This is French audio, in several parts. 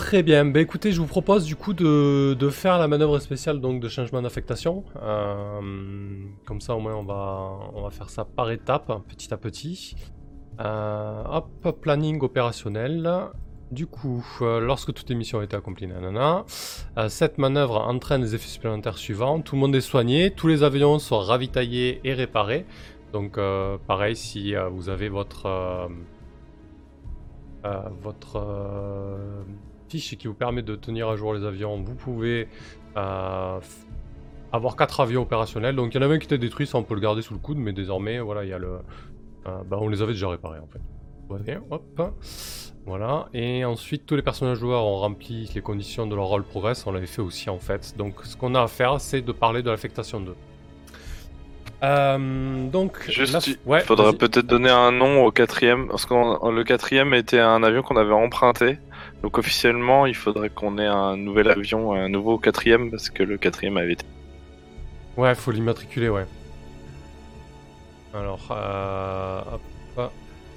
Très bien, bah écoutez, je vous propose du coup de faire la manœuvre spéciale donc de changement d'affectation. Comme ça au moins on va faire ça par étapes, petit à petit. Hop, planning opérationnel. Du coup, lorsque toute émission a été accomplie, nanana, cette manœuvre entraîne des effets supplémentaires suivants. Tout le monde est soigné, tous les avions sont ravitaillés et réparés. Donc pareil, si vous avez votre fiche qui vous permet de tenir à jour les avions, vous pouvez avoir 4 avions opérationnels. Donc il y en avait un qui était détruit, ça on peut le garder sous le coude, mais désormais voilà, il y a le... on les avait déjà réparés en fait. Ouais, hop, voilà. Et ensuite tous les personnages joueurs ont rempli les conditions de leur rôle progress, on l'avait fait aussi en fait. Donc ce qu'on a à faire, c'est de parler de l'affectation 2. Donc, Juste, ouais, il faudra vas-y. peut-être donner un nom au quatrième, parce que le quatrième était un avion qu'on avait emprunté. Donc officiellement, il faudrait qu'on ait un nouvel avion, un nouveau quatrième, parce que le quatrième avait été... Ouais, faut l'immatriculer, ouais. Alors, hop.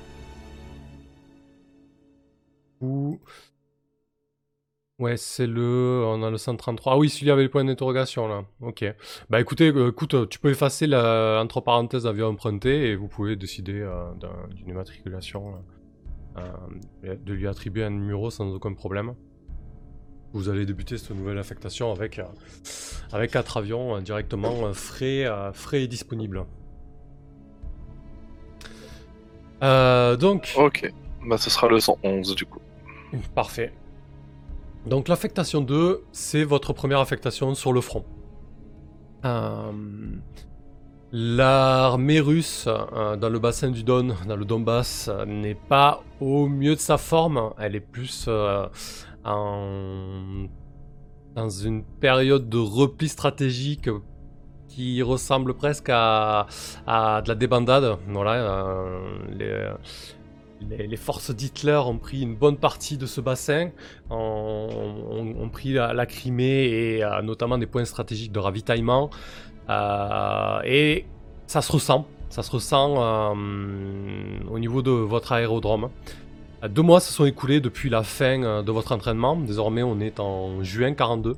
Ouais, c'est on a le 133. Ah oui, celui avec les points d'interrogation, là. Ok. Bah écoutez, écoute, tu peux effacer entre parenthèses avion emprunté et vous pouvez décider d'une immatriculation, de lui attribuer un numéro sans aucun problème. Vous allez débuter cette nouvelle affectation avec 4 avions directement frais et disponibles. Donc... Ok, bah ce sera le 111 du coup. Parfait. Donc l'affectation 2, c'est votre première affectation sur le front. L'armée russe dans le bassin du Don, dans le Donbass, n'est pas au mieux de sa forme. Elle est plus dans une période de repli stratégique qui ressemble presque à de la débandade. Voilà, les forces d'Hitler ont pris une bonne partie de ce bassin, ont pris la Crimée et notamment des points stratégiques de ravitaillement. Et ça se ressent au niveau de votre aérodrome. 2 mois se sont écoulés depuis la fin de votre entraînement. Désormais, on est en juin 42.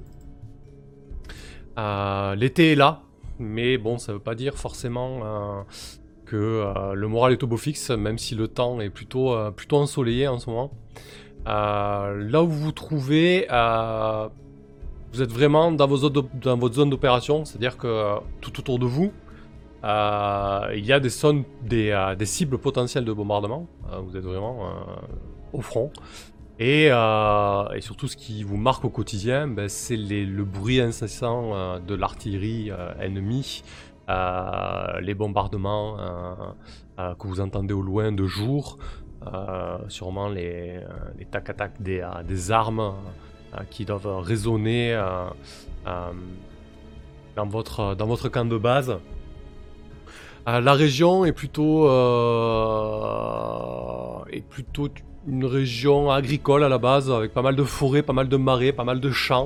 L'été est là, mais bon, ça veut pas dire forcément que le moral est au beau fixe, même si le temps est plutôt ensoleillé en ce moment. Là où vous vous trouvez, vous êtes vraiment dans votre zone d'opération, c'est-à-dire que tout autour de vous, il y a des cibles potentielles de bombardement. Vous êtes vraiment au front. Et surtout, ce qui vous marque au quotidien, c'est le bruit incessant de l'artillerie ennemie, les bombardements que vous entendez au loin de jour, sûrement les tac-tac des armes qui doivent résonner dans votre camp de base. La région est plutôt une région agricole à la base, avec pas mal de forêts, pas mal de marais, pas mal de champs,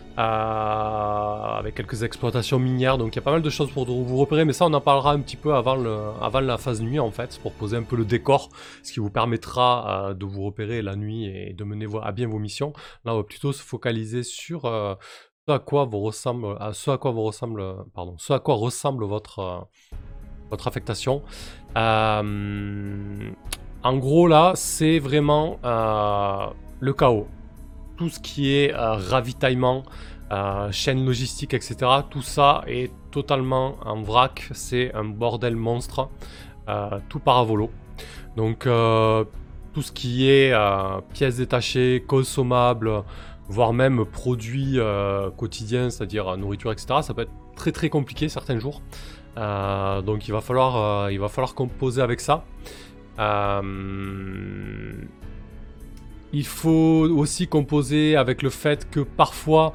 avec quelques exploitations minières, donc il y a pas mal de choses pour vous repérer, mais ça on en parlera un petit peu avant la phase nuit en fait, pour poser un peu le décor, ce qui vous permettra de vous repérer la nuit et de mener à bien vos missions. Là on va plutôt se focaliser sur ce à quoi ressemble votre affectation. En gros là, c'est vraiment le chaos. Tout ce qui est ravitaillement, chaîne logistique, etc. Tout ça est totalement en vrac. C'est un bordel monstre. Tout part à volo. Donc tout ce qui est pièces détachées, consommables, voire même produits quotidiens, c'est-à-dire nourriture, etc. Ça peut être très très compliqué certains jours. Donc il va falloir composer avec ça. Il faut aussi composer avec le fait que parfois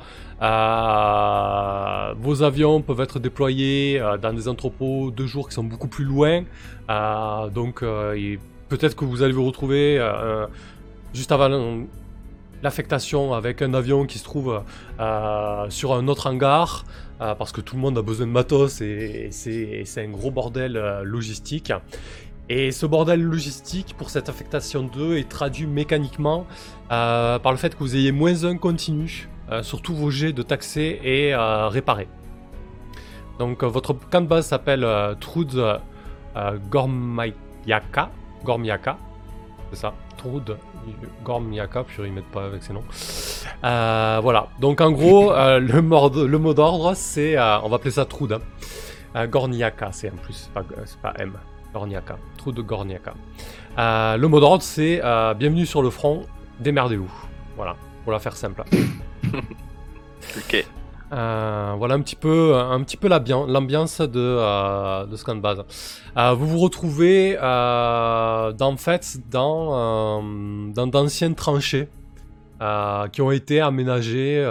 vos avions peuvent être déployés dans des entrepôts de jour qui sont beaucoup plus loin. Donc peut-être que vous allez vous retrouver juste avant l'affectation avec un avion qui se trouve sur un autre hangar, parce que tout le monde a besoin de matos et c'est un gros bordel logistique. Et ce bordel logistique pour cette affectation 2 est traduit mécaniquement par le fait que vous ayez -1 continu sur tous vos jets de taxer et réparer. Donc votre camp de base s'appelle Trud Gormiaka, c'est ça, Trud Gormiaka, puis ils mettent pas avec ces noms. Voilà, donc en gros, le mot d'ordre, c'est, on va appeler ça Trud, Gorniaka, c'est en plus, c'est pas M, Gorniaka, Trud Gorniaka. Le mot d'ordre, c'est bienvenue sur le front, démerdez-vous. Voilà, pour la faire simple. Ok. Voilà un petit peu l'ambiance de ce camp de base. Vous vous retrouvez en fait dans d'anciennes tranchées qui ont été aménagées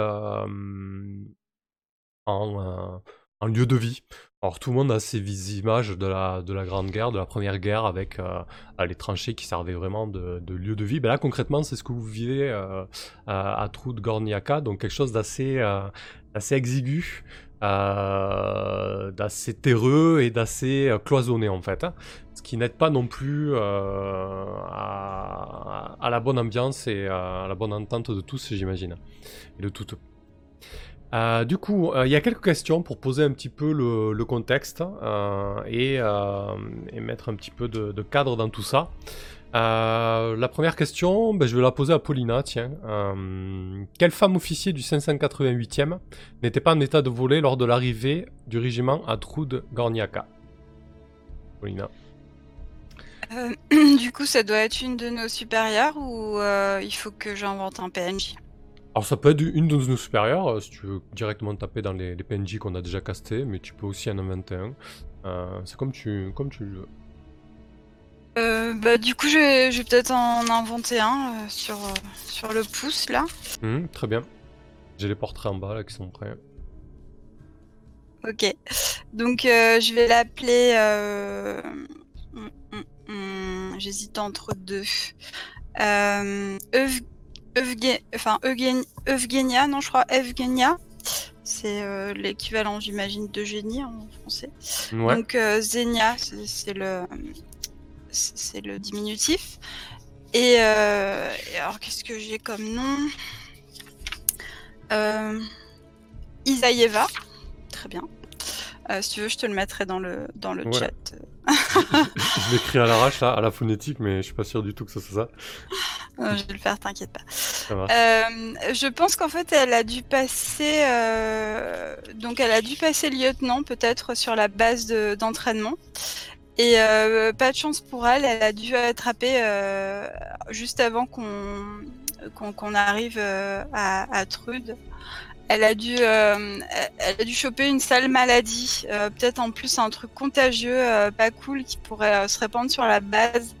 en lieu de vie. Alors tout le monde a ces images de la Grande Guerre, de la Première Guerre, avec les tranchées qui servaient vraiment de lieu de vie. Ben là concrètement c'est ce que vous vivez à Trud Gorniaka, donc quelque chose d'assez exigu, d'assez terreux et d'assez cloisonné en fait. Hein. Ce qui n'aide pas non plus à la bonne ambiance et à la bonne entente de tous, j'imagine. Et de toutes. Du coup, il y a quelques questions pour poser un petit peu le contexte et mettre un petit peu de cadre dans tout ça. La première question, je vais la poser à Paulina, tiens. Quelle femme officier du 588e n'était pas en état de voler lors de l'arrivée du régiment à Trud Gorniaka? Paulina. Du coup, ça doit être une de nos supérieures ou il faut que j'invente un PNJ? Alors ça peut être une de nos supérieures, si tu veux directement taper dans les PNJ qu'on a déjà castés, mais tu peux aussi en inventer un. C'est comme tu le veux. Du coup, je vais peut-être en inventer un sur le pouce, là. Très bien. J'ai les portraits en bas, là, qui sont prêts. Ok. Donc, je vais l'appeler... J'hésite entre deux. Eugenia, non, je crois Evgenia. C'est l'équivalent, j'imagine, d'Eugénie en français. Ouais. Donc, Zenia, c'est le diminutif. Et alors, qu'est-ce que j'ai comme nom? Isaïeva. Très bien. Si tu veux, je te le mettrai dans le Ouais. chat. Je l'écris à l'arrache, là, à la phonétique, mais je suis pas sûr du tout que ce soit ça. Je vais le faire, t'inquiète pas. Ça marche. Je pense qu'en fait, elle a dû passer... Donc, elle a dû passer lieutenant, peut-être, sur la base d'entraînement. Et pas de chance pour elle, elle a dû attraper juste avant qu'on arrive à Trud. Elle a dû choper une sale maladie, peut-être en plus un truc contagieux, pas cool, qui pourrait se répandre sur la base.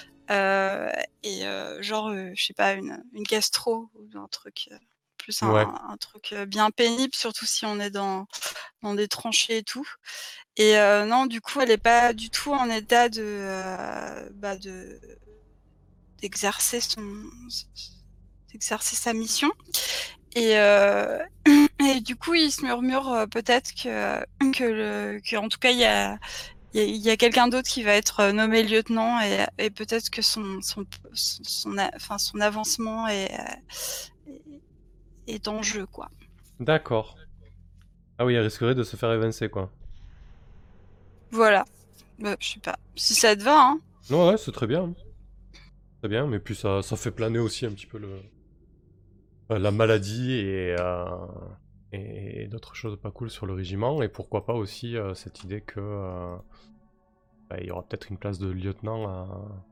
Genre, je sais pas, une gastro ou un truc, plus Ouais. un truc bien pénible, surtout si on est dans des tranchées et tout. Et non, du coup, elle est pas du tout en état d'exercer sa mission. Et du coup, il se murmure peut-être que en tout cas, il y a quelqu'un d'autre qui va être nommé lieutenant et peut-être que son avancement est en jeu, quoi. D'accord. Ah oui, elle risquerait de se faire évincer, quoi. Voilà. Je sais pas. Si ça te va, hein. Non, ouais, c'est très bien. Très bien, mais puis ça fait planer aussi un petit peu la maladie et d'autres choses pas cool sur le régiment. Et pourquoi pas aussi cette idée que il y aura peut-être une place de lieutenant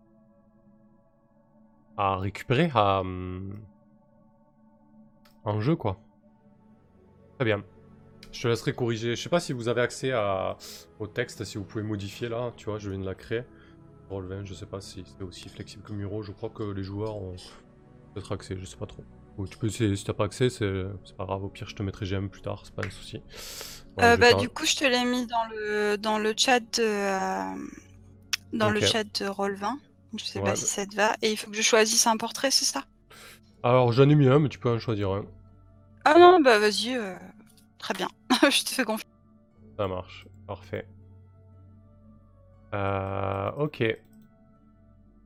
à récupérer en jeu, quoi. Très bien. Je te laisserai corriger. Je sais pas si vous avez accès au texte, si vous pouvez modifier là. Tu vois, je viens de la créer. Roll20, je sais pas si c'est aussi flexible que Muro. Je crois que les joueurs ont peut-être accès, je sais pas trop. Ou tu peux essayer, si t'as pas accès, c'est pas grave. Au pire, je te mettrai GM plus tard, c'est pas un souci. Bon, du coup, je te l'ai mis dans le chat le chat de Roll20. Je sais pas si ça te va. Et il faut que je choisisse un portrait, c'est ça? Alors, j'en ai mis un, mais tu peux en choisir un. Ah non, vas-y. Très bien. Je te fais confiance. Ça marche. Parfait. Ok.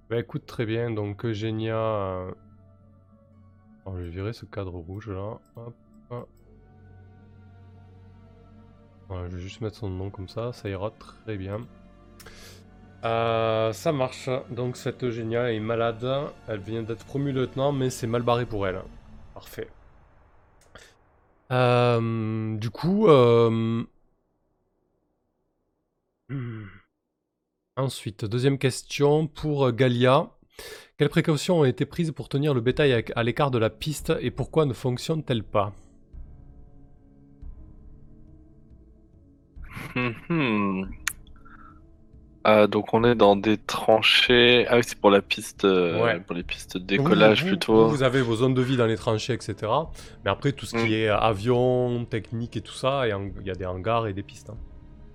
Bah écoute, très bien, donc Eugenia... Alors, je vais virer ce cadre rouge là. Hop, hop. Voilà, je vais juste mettre son nom comme ça ira très bien. Ça marche, donc cette Eugenia est malade, elle vient d'être promue lieutenant, mais c'est mal barré pour elle. Parfait. Du coup... Ensuite, deuxième question pour Galia. Quelles précautions ont été prises pour tenir le bétail à l'écart de la piste et pourquoi ne fonctionne-t-elle pas? Mhm. Donc on est dans des tranchées. Ah oui, c'est pour la piste, Ouais. pour les pistes de Donc Vous, décollage vous, vous, plutôt. vous avez vos zones de vie dans les tranchées, etc. Mais après, tout ce Hmm. qui est avion, technique et tout ça, il y a des hangars et des pistes, hein.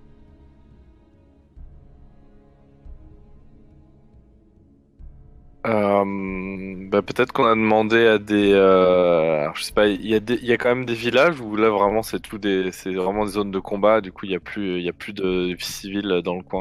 Bah, peut-être qu'on a demandé à des. Alors, je sais pas, il y a quand même des villages où là vraiment c'est vraiment des zones de combat. Du coup, il y a plus de civils dans le coin.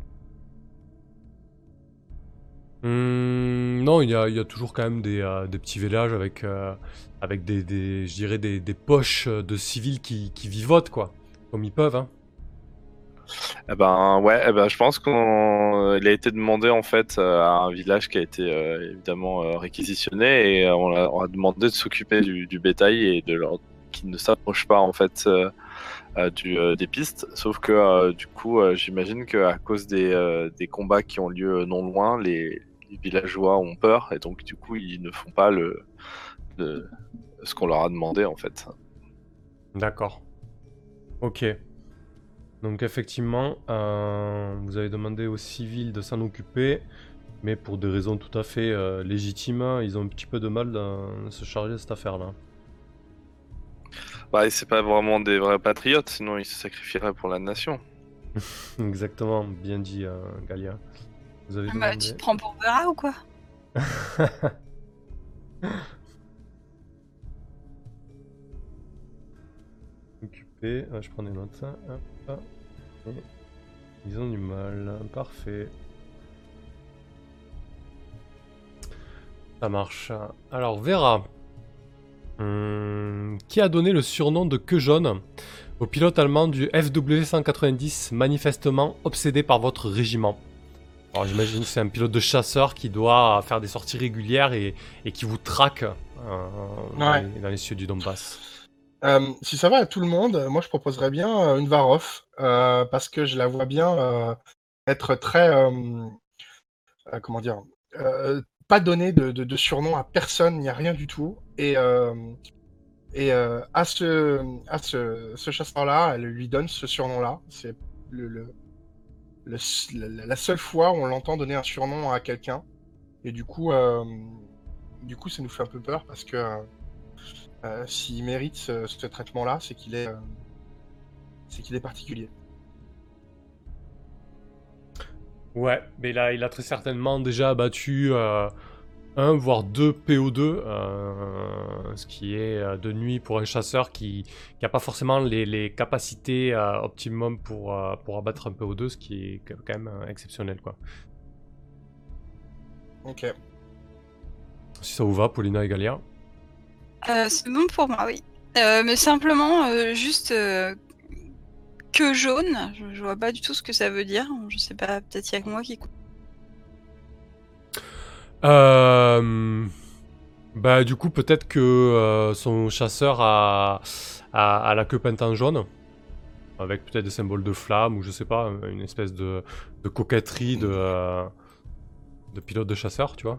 Non, il y a toujours quand même des petits villages avec je dirais des poches de civils qui vivotent, quoi. Comme ils peuvent, hein. Eh ben ouais, eh ben, je pense qu'il a été demandé en fait à un village qui a été évidemment réquisitionné et on a demandé de s'occuper du bétail et de leur qu'ils ne s'approchent pas en fait des pistes. Sauf que du coup, j'imagine qu'à cause des combats qui ont lieu non loin, les villageois ont peur et donc du coup ils ne font pas le- ce qu'on leur a demandé en fait. D'accord. Ok. Donc effectivement, vous avez demandé aux civils de s'en occuper, mais pour des raisons tout à fait légitimes, ils ont un petit peu de mal à se charger de cette affaire-là. Bah, et c'est pas vraiment des vrais patriotes, sinon ils se sacrifieraient pour la nation. Exactement, bien dit, Galia. Vous avez Bah, tu demandé. te prends pour Vera ou quoi? Occupé, je prends des notes. Hop, et ils ont du mal, parfait. Ça marche. Alors, Vera. Qui a donné le surnom de Queue jaune au pilote allemand du FW-190, manifestement obsédé par votre régiment? Alors j'imagine que c'est un pilote de chasseur qui doit faire des sorties régulières et qui vous traque Ouais. dans les cieux du Donbass. Si ça va à tout le monde, moi je proposerais bien une Varov, parce que je la vois bien être très, comment dire, pas donner de surnom à personne, il n'y a rien du tout. À ce chasseur-là, elle lui donne ce surnom-là. C'est la seule fois où on l'entend donner un surnom à quelqu'un. Et du coup, ça nous fait un peu peur parce que s'il mérite ce traitement-là, c'est qu'il est particulier. Ouais, mais là il a très certainement déjà abattu un voire deux PO2, ce qui est de nuit pour un chasseur qui n'a pas forcément les capacités optimum pour abattre un PO2, ce qui est quand même exceptionnel, quoi. Ok. Si ça vous va, Paulina et Galia. C'est bon pour moi, oui. Mais simplement, juste que jaune, je vois pas du tout ce que ça veut dire. Je sais pas, peut-être il y a que moi qui. Bah du coup peut-être que son chasseur a la queue peinte en jaune, avec peut-être des symboles de flamme ou je sais pas, une espèce de coquetterie de pilote de chasseur, tu vois.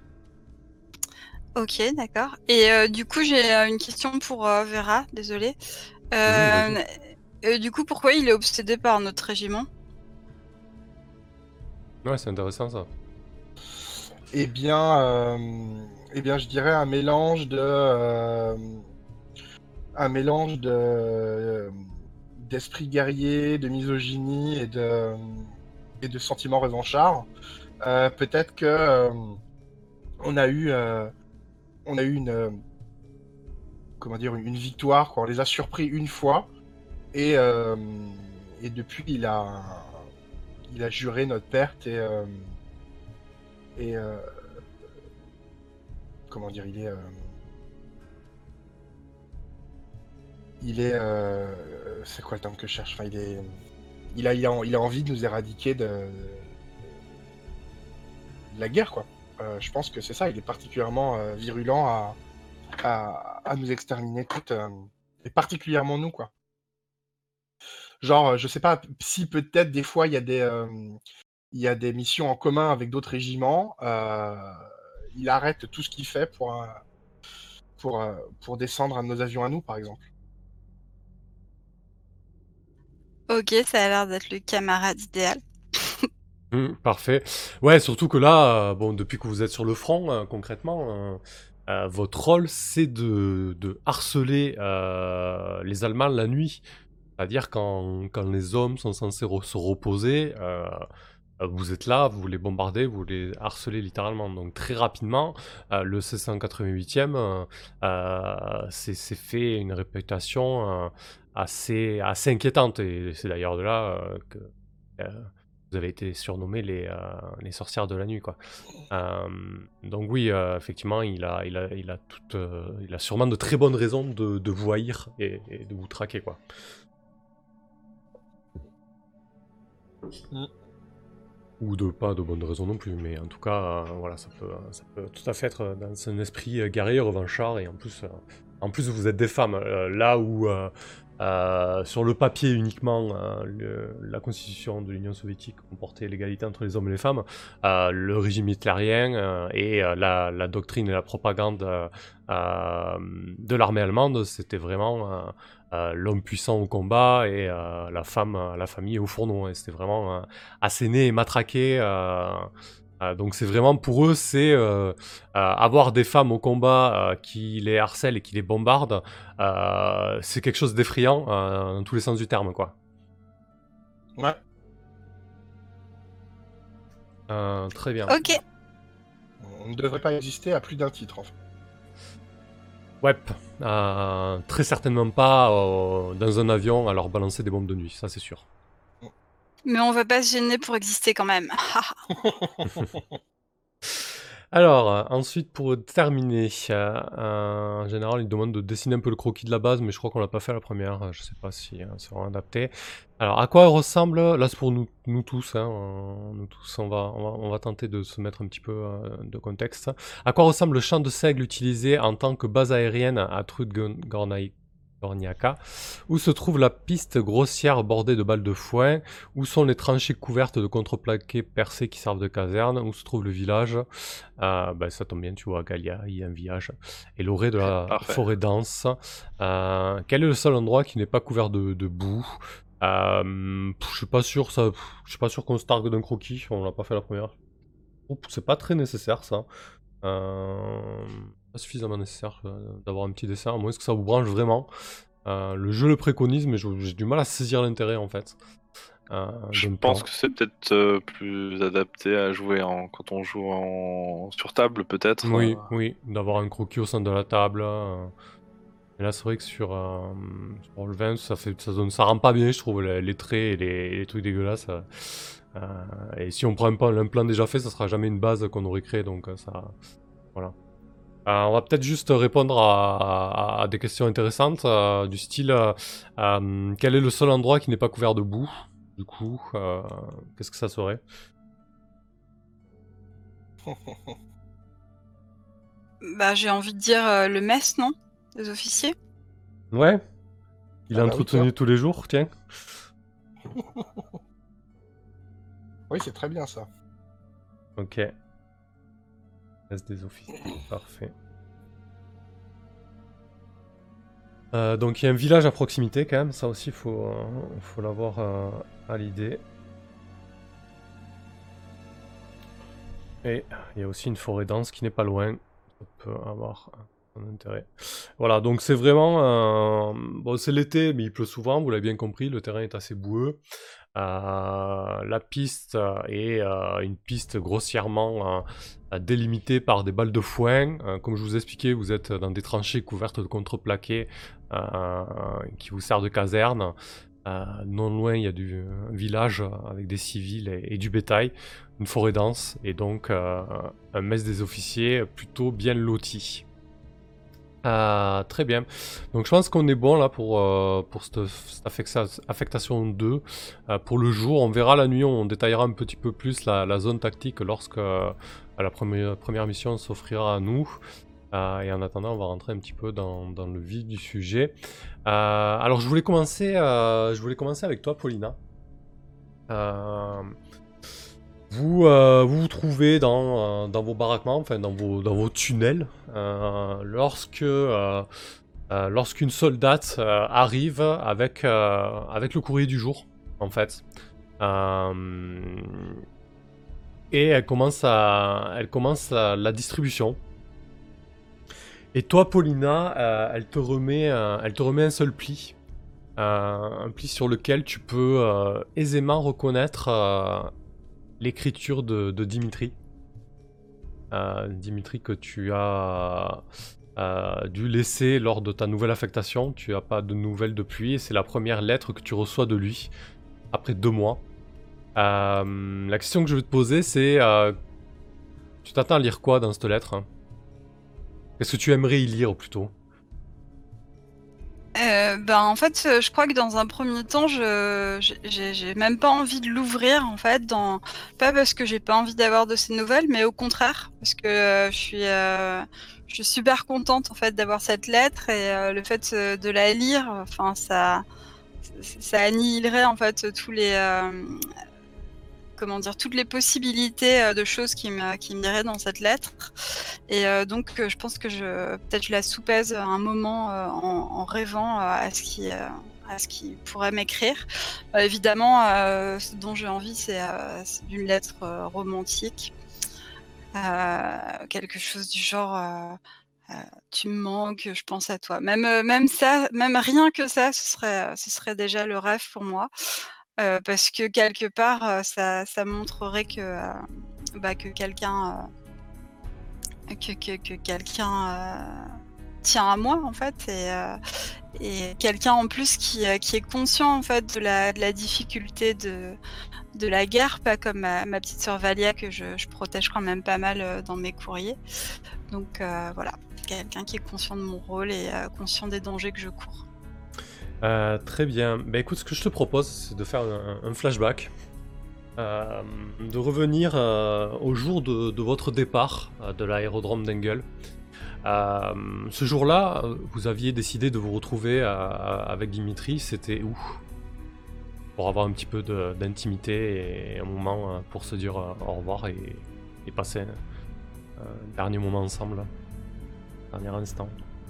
Ok, d'accord. Et du coup, j'ai une question pour Vera, désolée. Vas-y. Du coup, pourquoi il est obsédé par notre régiment? Ouais, c'est intéressant ça. Eh bien, je dirais un mélange d'esprit guerrier, de misogynie et de sentiments revanchards. Peut-être que on a eu une victoire, quoi. On les a surpris une fois et depuis il a juré notre perte et comment dire, c'est quoi le terme que je cherche? Enfin, il a envie de nous éradiquer de la guerre, quoi. Je pense que c'est ça, il est particulièrement virulent à nous exterminer toutes, et particulièrement nous, quoi. Genre, je sais pas si peut-être des fois il y a des missions en commun avec d'autres régiments, il arrête tout ce qu'il fait pour descendre un de nos avions à nous, par exemple. Ok, ça a l'air d'être le camarade idéal. Parfait. Ouais, surtout que là, bon, depuis que vous êtes sur le front, concrètement, votre rôle, c'est de harceler les Allemands la nuit. C'est-à-dire quand les hommes sont censés se reposer, vous êtes là, vous les bombardez, vous les harcelez littéralement. Donc très rapidement, le 688e s'est fait une réputation assez inquiétante. Et c'est d'ailleurs de là que vous avez été surnommés les sorcières de la nuit, quoi. Donc oui, effectivement, il a sûrement de très bonnes raisons de vous haïr et de vous traquer, quoi. Ou de pas de bonnes raisons non plus, mais en tout cas, voilà, ça peut tout à fait être dans un esprit guerrier, revanchard, et en plus vous êtes des femmes, là où sur le papier uniquement, la constitution de l'Union soviétique comportait l'égalité entre les hommes et les femmes, le régime hitlérien et la doctrine et la propagande de l'armée allemande, c'était vraiment l'homme puissant au combat et la femme, la famille au fourneau. Et c'était vraiment asséné et matraqué. Donc c'est vraiment pour eux, c'est avoir des femmes au combat qui les harcèlent et qui les bombardent, c'est quelque chose d'effrayant dans tous les sens du terme, quoi. Ouais. Très bien. Ok. On ne devrait pas exister à plus d'un titre, en fait. Ouais, très certainement pas dans un avion à leur balancer des bombes de nuit, ça c'est sûr. Mais on va pas se gêner pour exister quand même. Alors, ensuite, pour terminer, en général, il demande de dessiner un peu le croquis de la base, mais je crois qu'on l'a pas fait à la première. Je sais pas si c'est vraiment adapté. Alors, à quoi ressemble, là c'est pour nous tous, hein, nous tous, on va tenter de se mettre un petit peu de contexte. À quoi ressemble le champ de seigle utilisé en tant que base aérienne à Trudgornaïka, où se trouve la piste grossière bordée de balles de foin, où sont les tranchées couvertes de contreplaqués percés qui servent de caserne, où se trouve le village. Ça tombe bien, tu vois, Galia, il y a un village. Et l'orée de la forêt dense. Quel est le seul endroit qui n'est pas couvert de boue? Je suis pas sûr qu'on se targue d'un croquis, on l'a pas fait la première. C'est pas très nécessaire, ça. Pas suffisamment nécessaire d'avoir un petit dessin, à moins que ça vous branche vraiment. Le jeu le préconise, mais j'ai du mal à saisir l'intérêt, en fait. Je pense que c'est peut-être plus adapté à jouer quand on joue sur table, peut-être. Oui, d'avoir un croquis au centre de la table. Et là, c'est vrai que sur le 20, ça rend pas bien, je trouve, les traits et les trucs dégueulasses. Et si on prend un plan déjà fait, ça sera jamais une base qu'on aurait créée, donc ça... Voilà. On va peut-être juste répondre à des questions intéressantes, du style quel est le seul endroit qui n'est pas couvert de boue? Du coup, qu'est-ce que ça serait? J'ai envie de dire le mess, non? Des officiers? Ouais. Il est entretenu tous les jours, tiens. Oui, c'est très bien ça. Ok. Reste des officiers, parfait. Donc il y a un village à proximité quand même, ça aussi faut l'avoir à l'idée. Et il y a aussi une forêt dense qui n'est pas loin, ça peut avoir un intérêt. Voilà, donc c'est vraiment... bon, c'est l'été, mais il pleut souvent, vous l'avez bien compris, le terrain est assez boueux. La piste est une piste grossièrement délimitée par des balles de foin. Comme je vous expliquais, vous êtes dans des tranchées couvertes de contreplaqués qui vous servent de caserne. Non loin, il y a un village avec des civils et du bétail, une forêt dense, et donc un mess des officiers plutôt bien loti. Très bien. Donc je pense qu'on est bon là pour cette affectation 2. Pour le jour, on verra la nuit, on détaillera un petit peu plus la zone tactique lorsque la première mission s'offrira à nous. Et en attendant, on va rentrer un petit peu dans le vif du sujet. Alors je voulais commencer avec toi, Paulina. Vous trouvez dans vos baraquements, enfin dans vos tunnels, lorsqu'une soldate arrive avec le courrier du jour, en fait. Et elle commence la distribution. Et toi, Paulina, elle te remet un seul pli. Un pli sur lequel tu peux aisément reconnaître l'écriture de Dimitri. Dimitri que tu as dû laisser lors de ta nouvelle affectation. Tu n'as pas de nouvelles depuis. Et c'est la première lettre que tu reçois de lui après 2 mois. La question que je vais te poser, c'est tu t'attends à lire quoi dans cette lettre, hein? Qu'est-ce que tu aimerais y lire plutôt? En fait, je crois que dans un premier temps, j'ai même pas envie de l'ouvrir, en fait, pas parce que j'ai pas envie d'avoir de ces nouvelles, mais au contraire, parce que je suis super contente, en fait, d'avoir cette lettre, et le fait de la lire, enfin, ça annihilerait, en fait, toutes les possibilités de choses qui m'iraient dans cette lettre. Et donc je pense que peut-être je la soupèse un moment en rêvant à ce qui pourrait m'écrire. Évidemment, ce dont j'ai envie, c'est d'une lettre romantique. Quelque chose du genre tu me manques, je pense à toi. Même ça, même rien que ça, ce serait déjà le rêve pour moi. Parce que quelque part, ça montrerait que quelqu'un tient à moi, en fait, et quelqu'un en plus qui est conscient, en fait, de la difficulté de la guerre, pas comme ma petite sœur Valia que je protège quand même pas mal dans mes courriers. Donc voilà, quelqu'un qui est conscient de mon rôle et conscient des dangers que je cours. Très bien. Bah écoute, ce que je te propose, c'est de faire un flashback. De revenir au jour de votre départ de l'aérodrome d'Engel. Ce jour-là, vous aviez décidé de vous retrouver avec Dimitri. C'était où? Pour avoir un petit peu d'intimité et un moment pour se dire au revoir et passer un dernier moment ensemble. Dernier instant.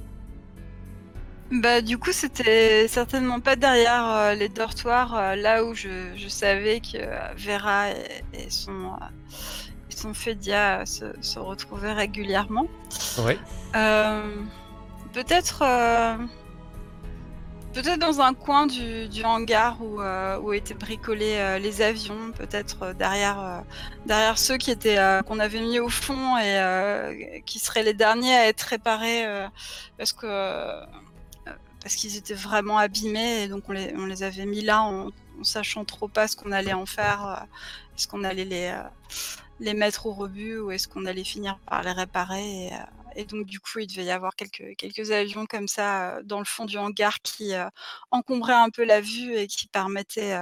Du coup, c'était certainement pas derrière les dortoirs, là où je savais que Vera et son Fédia se retrouvaient régulièrement. Ouais. Peut-être dans un coin du hangar où étaient bricolés les avions, peut-être derrière ceux qu'on avait mis au fond et qui seraient les derniers à être réparés parce qu'ils étaient vraiment abîmés, et donc on les avait mis là en sachant trop pas ce qu'on allait en faire. Est-ce qu'on allait les mettre au rebut, ou est-ce qu'on allait finir par les réparer, et donc du coup il devait y avoir quelques avions comme ça dans le fond du hangar qui encombraient un peu la vue et qui permettaient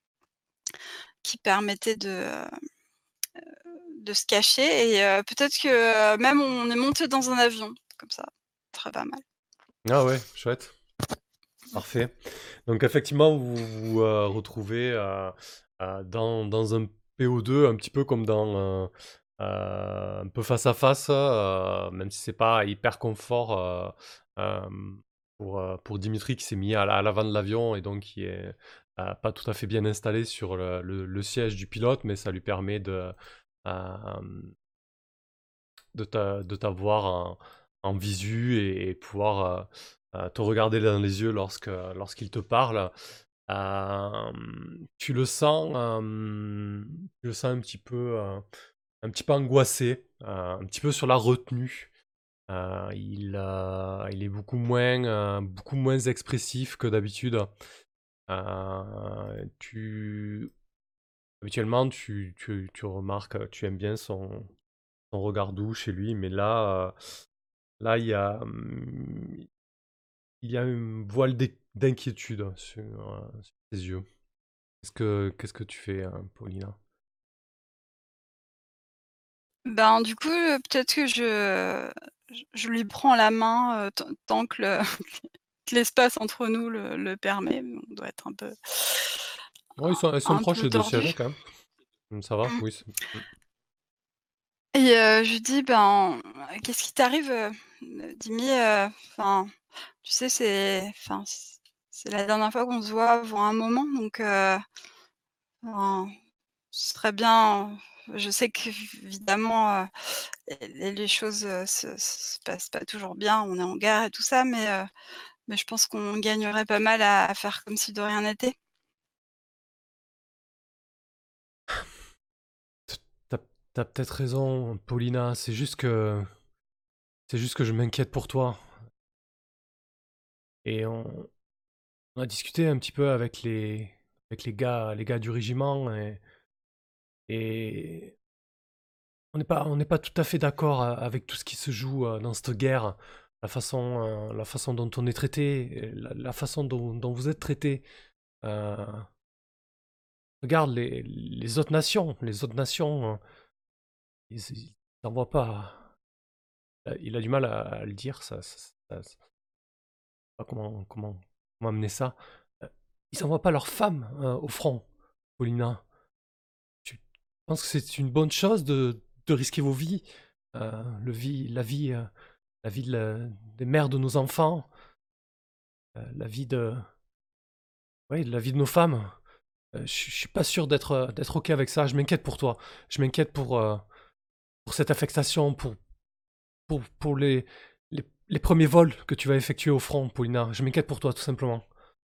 de se cacher, et peut-être que même on est monté dans un avion comme ça, très pas mal. Ah ouais, chouette. Parfait. Donc effectivement, vous vous retrouvez dans un PO2, un petit peu comme dans un peu face à face, même si c'est pas hyper confort pour Dimitri qui s'est mis à l'avant de l'avion et donc qui est pas tout à fait bien installé sur le siège du pilote, mais ça lui permet de t'avoir en visu et pouvoir te regarder dans les yeux lorsqu'il te parle. Tu le sens un petit peu angoissé, un petit peu sur la retenue. Il est beaucoup moins expressif que d'habitude. Tu habituellement tu remarques, tu aimes bien son regard doux chez lui, mais là il y a une voile d'inquiétude sur ses yeux. Qu'est-ce que tu fais, Paulina? Ben, du coup, peut-être que je lui prends la main, tant que le que l'espace entre nous le permet. On doit être Ouais, ils sont un proches peu les 2 tordu. sièges, quand même. Ça va, Mmh. oui, Et je lui dis: «Ben, qu'est-ce qui t'arrive, Dimi, enfin, tu sais, c'est la dernière fois qu'on se voit avant un moment, donc ben, ce serait bien, je sais qu'évidemment, les choses, se passent pas toujours bien, on est en guerre et tout ça, mais je pense qu'on gagnerait pas mal à faire comme si de rien n'était». T tu peut-être raison, Paulina, c'est juste que je m'inquiète pour toi et on a discuté un petit peu avec les gars du régiment et on n'est pas tout à fait d'accord avec tout ce qui se joue dans cette guerre, la façon dont on est traité, et la façon dont vous êtes traité. Euh, Regarde les autres nations, ils n'envoient pas. Il a du mal à le dire, je sais pas comment amener ça. Euh, Ils n'envoient pas leurs femmes au front, Paulina. Tu penses que c'est une bonne chose de risquer vos vies, la vie des mères de nos enfants, la vie de nos femmes. Je suis pas sûr d'être ok avec ça. Je m'inquiète pour toi. Je m'inquiète pour cette affectation, pour les premiers vols que tu vas effectuer au front, Paulina. Je m'inquiète pour toi, tout simplement.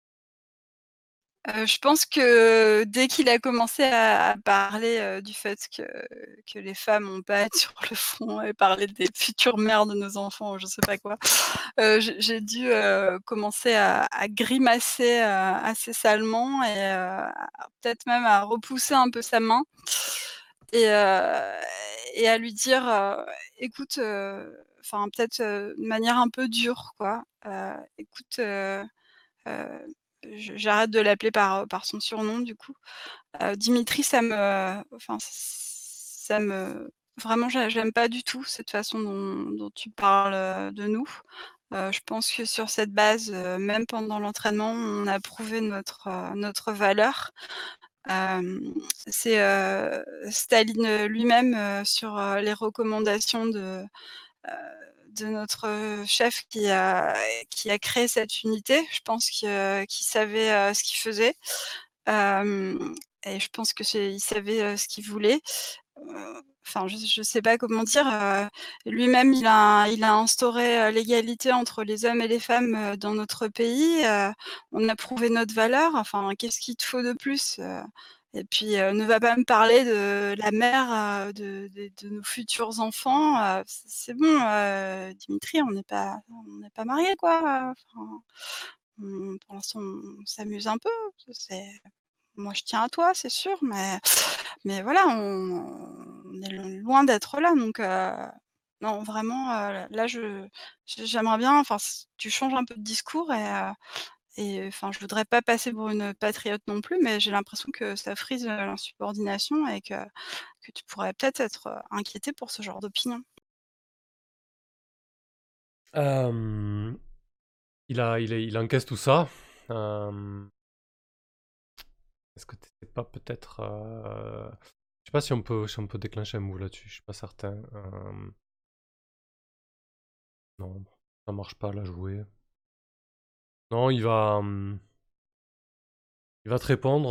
Je pense que dès qu'il a commencé à parler, du fait que les femmes ont pas à être sur le front et parler des futures mères de nos enfants ou je sais pas quoi, j'ai dû, commencer à grimacer, assez salement et peut-être même à repousser un peu sa main et à lui dire, «Écoute», enfin peut-être, de manière un peu dure quoi, «Écoute, heu, j'arrête de l'appeler par son surnom du coup. Dimitri enfin ça me vraiment j'aime pas du tout cette façon dont tu parles, de nous. Je pense que sur cette base, même pendant l'entraînement, on a prouvé notre valeur. Hem, c'est, Staline lui-même, sur, les recommandations heu, de notre, chef qui a créé cette unité. Je pense qu'il savait, ce qu'il faisait. Hem et je pense que il savait, ce qu'il voulait. Enfin, je sais pas comment dire, lui-même il a instauré, l'égalité entre les hommes et les femmes, dans notre pays, on a prouvé notre valeur, enfin qu'est-ce qu'il te faut de plus? Et puis, ne va pas me parler de la mère, de nos futurs enfants, c'est bon, Dimitri, on n'est pas mariés quoi, enfin, pour l'instant on s'amuse un peu, c'est moi je tiens à toi, c'est sûr, mais voilà, on est loin d'être là, donc non, vraiment, là, j'aimerais bien, enfin, tu changes un peu de discours et enfin, je voudrais pas passer pour une patriote non plus, mais j'ai l'impression que ça frise, l'insubordination et que tu pourrais peut-être être, inquiété pour ce genre d'opinion. Euh, il encaisse tout ça. Euh, Est-ce que tu sais pas peut-être. Je sais pas si on peut déclencher un move là-dessus, je suis pas certain. Non, ça marche pas là, jouer. Non, il va te répondre.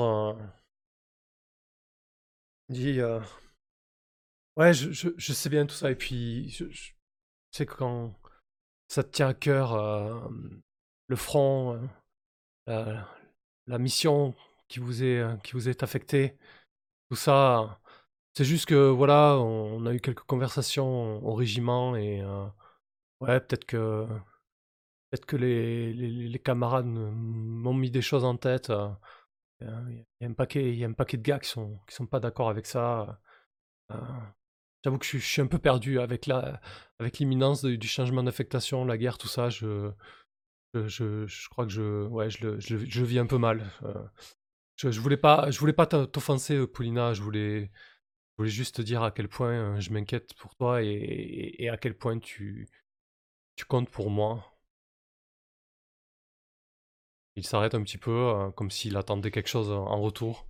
Il dit ouais, je sais bien tout ça, et puis je sais que quand ça te tient à cœur, le front, la, la mission qui vous est affectée, tout ça, c'est juste que voilà, on a eu quelques conversations au régiment et ouais, peut-être que peut-être que les camarades m'ont mis des choses en tête. Il y a un paquet de gars qui sont pas d'accord avec ça. Euh, J'avoue que je suis un peu perdu avec l'imminence du changement d'affectation, la guerre, tout ça. Je crois que je le vis un peu mal. Je voulais pas t'offenser, Paulina. Je voulais juste te dire à quel point je m'inquiète pour toi et à quel point tu comptes pour moi. Il s'arrête un petit peu, comme s'il attendait quelque chose en retour.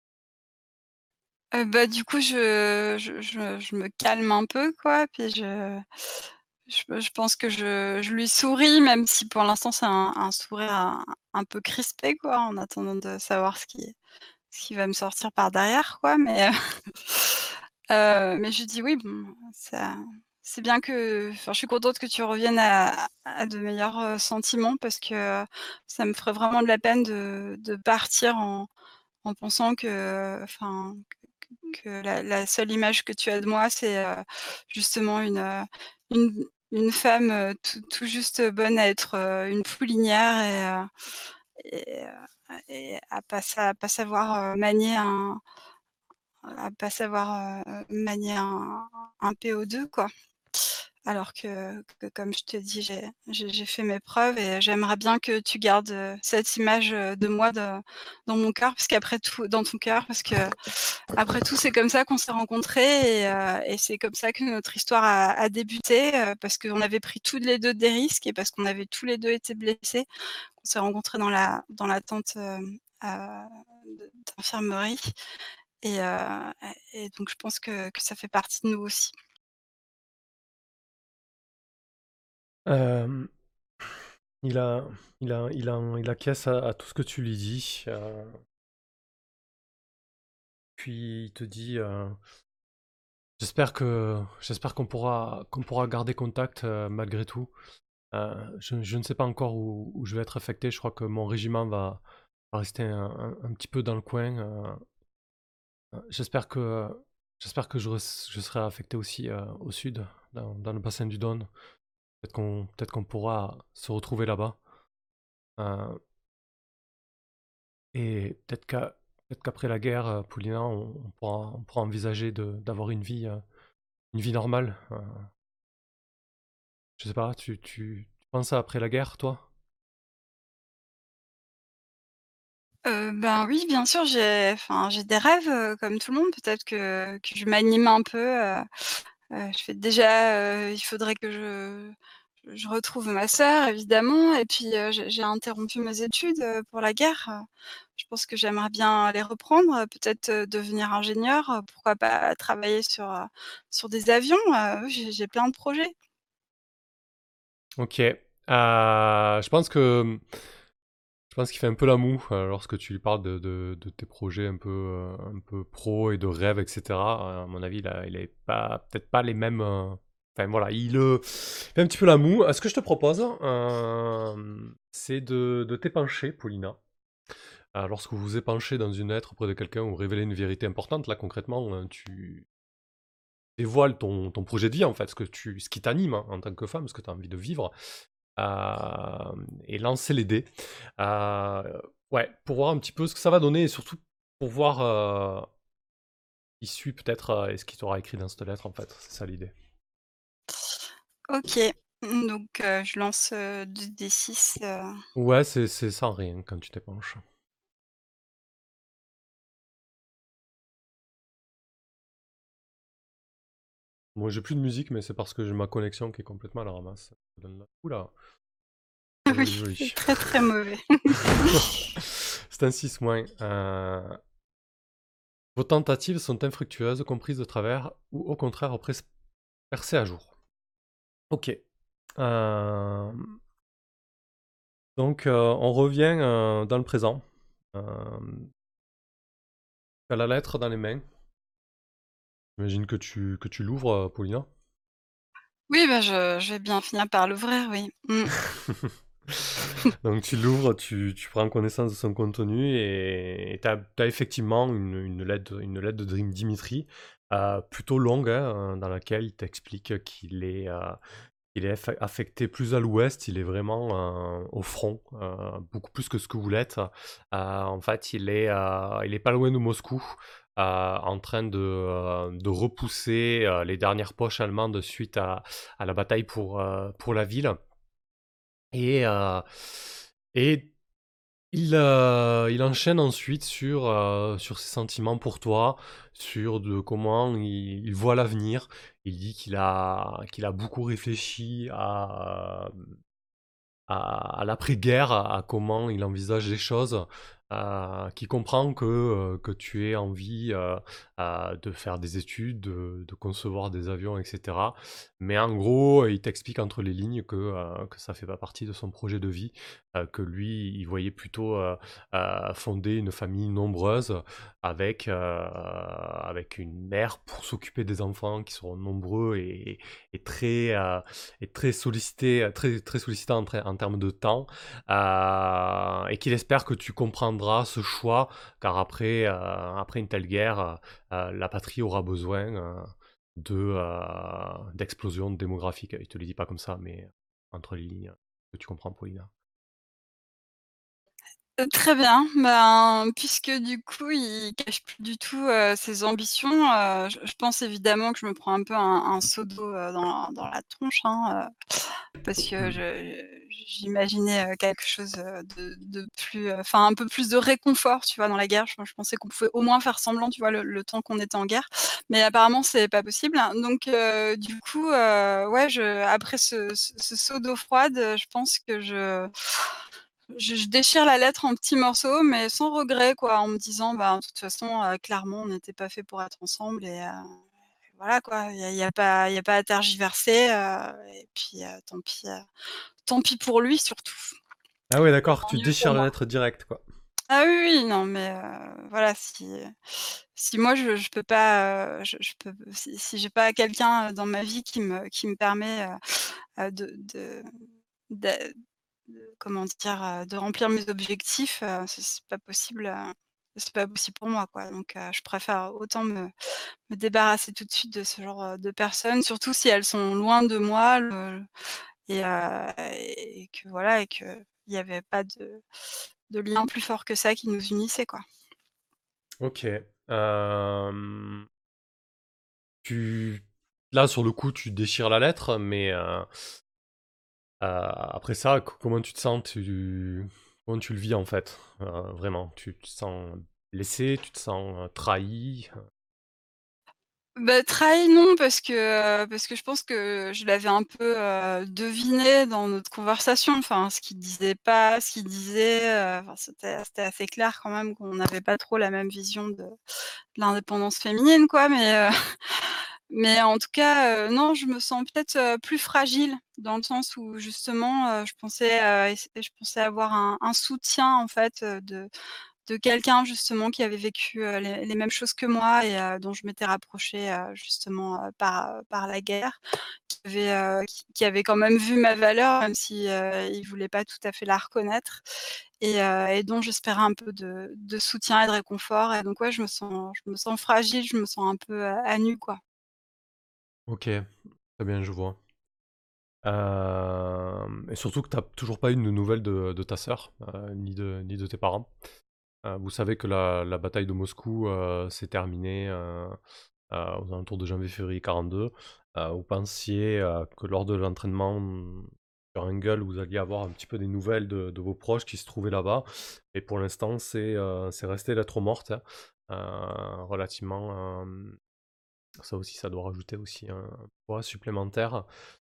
Bah, du coup, je me calme un peu, quoi, puis je pense que je lui souris, même si pour l'instant c'est un sourire un peu crispé, quoi, en attendant de savoir ce qui va me sortir par derrière, quoi, mais mais je lui dis: «Oui, bon, ça c'est bien que enfin, je suis contente que tu reviennes à de meilleurs, sentiments parce que ça me ferait vraiment de la peine de partir en pensant que, enfin, que la seule image que tu as de moi, c'est, justement une femme, tout juste bonne à être, une poulinière et à pas savoir, manier un PO2, quoi. Alors que comme je te dis, j'ai fait mes preuves et j'aimerais bien que tu gardes, cette image, de moi dans mon cœur, parce qu'après tout dans ton cœur, parce qu'après tout, c'est comme ça qu'on s'est rencontrés et c'est comme ça que notre histoire a débuté, parce qu'on avait pris tous les 2 des risques et parce qu'on avait tous les 2 été blessés. On s'est rencontrés dans la tente, d'infirmerie et heu et donc je pense que ça fait partie de nous aussi. Hem, il a il acquiesce à tout ce que tu lui dis, puis il te dit, j'espère qu'on pourra garder contact, malgré tout. Je ne sais pas encore où je vais être affecté. Je crois que mon régiment va rester un petit peu dans le coin. J'espère que je serai affecté aussi, au sud, dans le bassin du Don. Peut-être qu'on pourra se retrouver là-bas. Heu et peut-être qu'après la guerre, Paulina, on pourra envisager d'avoir une vie normale. Je sais pas, tu penses à après la guerre, toi? Ben, oui, bien sûr, j'ai des rêves, comme tout le monde. Peut-être que je m'anime un peu, je fais déjà, il faudrait que je retrouve ma sœur évidemment et puis, j'ai interrompu mes études, pour la guerre, je pense que j'aimerais bien les reprendre, peut-être, devenir ingénieure, pourquoi pas travailler sur des avions, j'ai plein de projets. OK. Je pense qu'il fait un peu la moue, lorsque tu lui parles de tes projets un peu pro et de rêves et cetera. À mon avis, il avait pas peut-être pas les mêmes, enfin voilà, fait un petit peu la moue. Ce que je te propose, c'est de t'épancher, Paulina. Lorsque vous vous épanchez dans une lettre auprès de quelqu'un ou révélez une vérité importante, là concrètement, tu dévoiles ton projet de vie en fait, ce qui t'anime, hein, en tant que femme, ce que tu as envie de vivre. Et lancer les dés. Ouais, pour voir un petit peu ce que ça va donner et surtout pour voir qui suit peut-être et ce qu'il t'aura écrit dans cette lettre en fait. C'est ça l'idée. OK, donc je lance, 2 D6, Ouais, c'est sans rien quand tu t'épanches. Moi j'ai plus de musique, mais c'est parce que j'ai ma connexion qui est complètement à la ramasse. Ça donne là. Oula, oui, joli, c'est joli. très, très mauvais. C'est un 6 moins. Vos tentatives sont infructueuses, comprises de travers, ou au contraire percées à jour. Ok. Euh, Donc, on revient dans le présent. Euh, tu as la lettre dans les mains. J'imagine que tu l'ouvres, Paulina. Oui, bah, je vais bien finir par l'ouvrir, oui. Mmh. Donc, tu l'ouvres, tu prends connaissance de son contenu et tu as effectivement une lettre de Dimitri, plutôt longue, hein, dans laquelle il t'explique qu'il est Il est affecté plus à l'ouest, il est vraiment au front, beaucoup plus que ce que vous l'êtes. En fait, il est pas loin de Moscou, en train de repousser les dernières poches allemandes suite à la bataille pour la ville. Et, et il enchaîne ensuite sur ses sentiments pour toi, sur comment il voit l'avenir. Il dit qu'il a beaucoup réfléchi à l'après-guerre, à comment il envisage les choses, qui comprend que tu aies envie de faire des études, de concevoir des avions, etc. Mais en gros, il t'explique entre les lignes que ça fait pas partie de son projet de vie, que lui, il voyait plutôt fonder une famille nombreuse avec une mère pour s'occuper des enfants qui seront nombreux et très sollicité, très sollicité en termes de temps, et qu'il espère que tu comprendras ce choix, car après une telle guerre, la patrie aura besoin d'explosion démographique. Il te le dit pas comme ça, mais entre les lignes, que tu comprends, Paulina. Très bien, ben, puisque du coup, il cache plus du tout, ses ambitions, je pense évidemment que je me prends un peu un seau d'eau, dans la tronche, hein, parce que j'imaginais, quelque chose, de plus, enfin un peu plus de réconfort, tu vois, dans la guerre. Je pensais qu'on pouvait au moins faire semblant, tu vois, le temps qu'on était en guerre, mais apparemment c'est pas possible. Donc du coup, ouais, après ce seau d'eau froide, je pense que je déchire la lettre en petits morceaux, mais sans regret, quoi, en me disant: «Bah, de toute façon, clairement, on n'était pas faits pour être ensemble et voilà, quoi. Il y a pas à tergiverser, et puis, tant pis pour lui surtout. Ah ouais, d'accord, Tant tu mieux pour déchires la moi». lettre direct, quoi. Ah oui, oui, non, mais voilà, si moi je peux pas, je peux si j'ai pas quelqu'un, dans ma vie qui me permet, de de comment dire? De remplir mes objectifs, c'est pas possible pour moi, quoi. Donc je préfère autant me débarrasser tout de suite de ce genre, de personnes, surtout si elles sont loin de moi, et que voilà et qu'il y avait pas de lien plus fort que ça qui nous unissait, quoi. Ok. Tu... Là, sur le coup, tu déchires la lettre, mais après ça, comment tu te sens comment tu le vis en fait? Vraiment, tu te sens blessé, tu te sens trahi? Bah, trahi non, parce que je pense que je l'avais un peu, deviné dans notre conversation. Enfin, ce qu'il disait, enfin, c'était assez clair quand même qu'on n'avait pas trop la même vision de l'indépendance féminine, quoi. Mais, mais en tout cas, non, je me sens peut-être, plus fragile dans le sens où justement, je pensais avoir un soutien en fait, de quelqu'un justement qui avait vécu, les mêmes choses que moi et dont je m'étais rapprochée, justement, par la guerre, qui avait quand même vu ma valeur, même si, il voulait pas tout à fait la reconnaître et dont j'espérais un peu de soutien et de réconfort et donc ouais, je me sens fragile, je me sens un peu, à nu, quoi. Ok, très bien, je vois. Et surtout que tu n'as toujours pas eu de nouvelles de ta sœur, ni de tes parents. Vous savez que la bataille de Moscou s'est terminée aux alentours de janvier-février 42. Vous pensiez que lors de l'entraînement sur Engel, vous alliez avoir un petit peu des nouvelles de vos proches qui se trouvaient là-bas. Et pour l'instant, c'est resté lettre morte, hein. Relativement. Ça aussi, ça doit rajouter aussi un poids supplémentaire.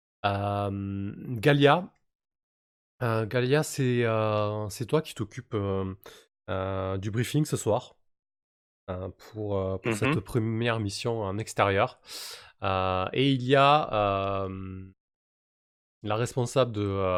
Galia, Galia, c'est toi qui t'occupes du briefing ce soir pour cette Mhm. première mission en extérieur. Et il y a la responsable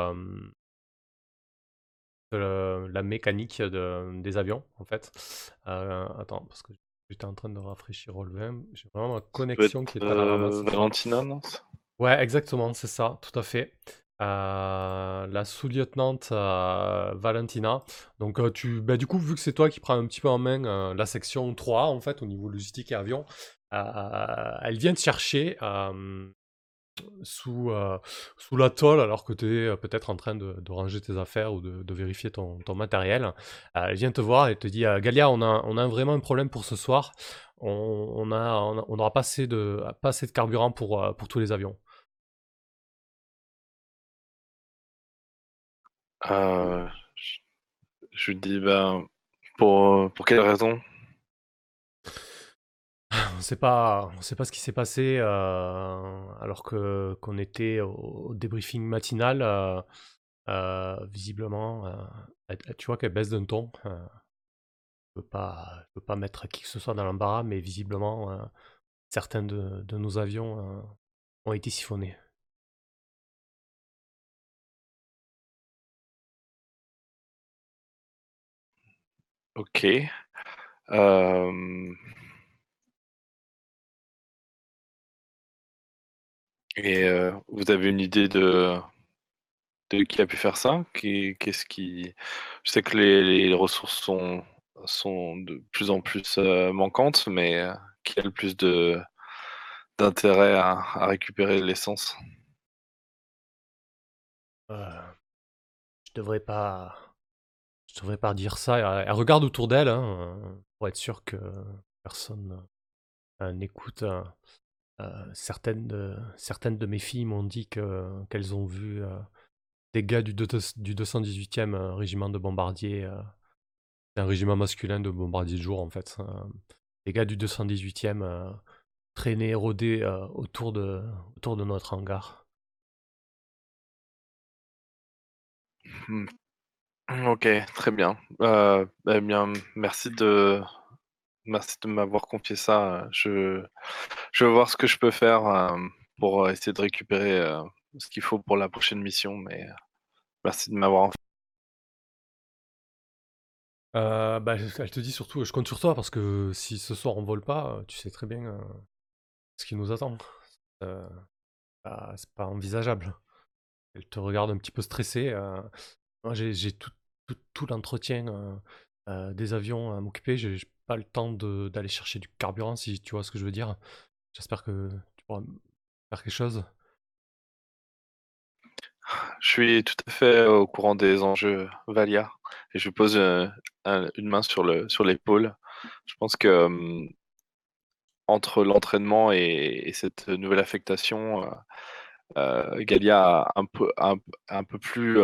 de la mécanique des avions, en fait. Attends, parce que j'étais en train de rafraîchir Roll20. J'ai vraiment ma Ça doit connexion qui être est à la ramasse ce soir. Valentina, non? Ouais, exactement, c'est ça, tout à fait. La sous-lieutenant Valentina. Donc, bah, du coup, vu que c'est toi qui prends un petit peu en main la section 3, en fait, au niveau logistique et avion, elle vient te chercher sous l'atoll alors que tu es peut-être en train de ranger tes affaires ou de vérifier ton matériel. Elle vient te voir et te dit Galia, on a vraiment un problème pour ce soir. On n'aura pas assez de carburant pour tous les avions. Euh, je, je lui dis, ben, pour quelle raison? On sait pas ce qui s'est passé alors qu'on était au débriefing matinal. Visiblement, tu vois qu'elle baisse d'un ton. Je peux pas mettre qui que ce soit dans l'embarras, mais visiblement, certains de nos avions ont été siphonnés. Ok. Euh, et vous avez une idée de qui a pu faire ça? Qu'est-ce qui... Je sais que les ressources sont de plus en plus manquantes, mais qui a le plus d'intérêt à récupérer l'essence? Euh, je devrais pas, je devrais pas dire ça. Elle regarde autour d'elle pour être sûre que personne n'écoute. Certaines de mes filles m'ont dit qu'elles ont vu des gars du 218e régiment de bombardiers. C'est un régiment masculin de bombardiers de jour en fait. Les gars du 218e traînaient, rôdaient autour de notre hangar. Hmm. Ok, très bien. Eh bien, merci de m'avoir confié ça. Je vais voir ce que je peux faire pour essayer de récupérer ce qu'il faut pour la prochaine mission, mais merci de m'avoir. Bah, elle te dit surtout, je compte sur toi parce que si ce soir on vole pas, tu sais très bien ce qui nous attend. Euh, c'est pas envisageable. Elle te regarde un petit peu stressée. Moi, j'ai tout l'entretien des avions à m'occuper. J'ai pas le temps d'aller chercher du carburant, si tu vois ce que je veux dire. J'espère que tu pourras faire quelque chose. Je suis tout à fait au courant des enjeux Valia et je pose une main sur l'épaule. Je pense que entre l'entraînement et cette nouvelle affectation, Galia a un peu plus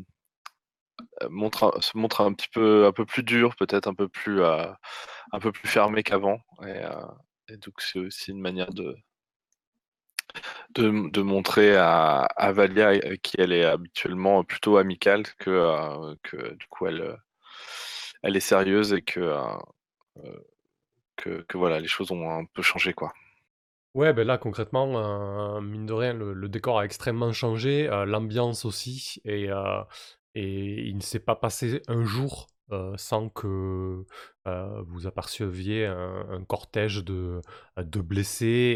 se montre un peu plus dur, peut-être un peu plus fermé qu'avant. Et donc c'est aussi une manière de montrer à Valia qui elle est habituellement plutôt amicale que du coup elle est sérieuse et que voilà, les choses ont un peu changé quoi. Ouais, ben là, concrètement, mine de rien, le décor a extrêmement changé, l'ambiance aussi, et il ne s'est pas passé un jour sans que vous aperceviez un cortège de blessés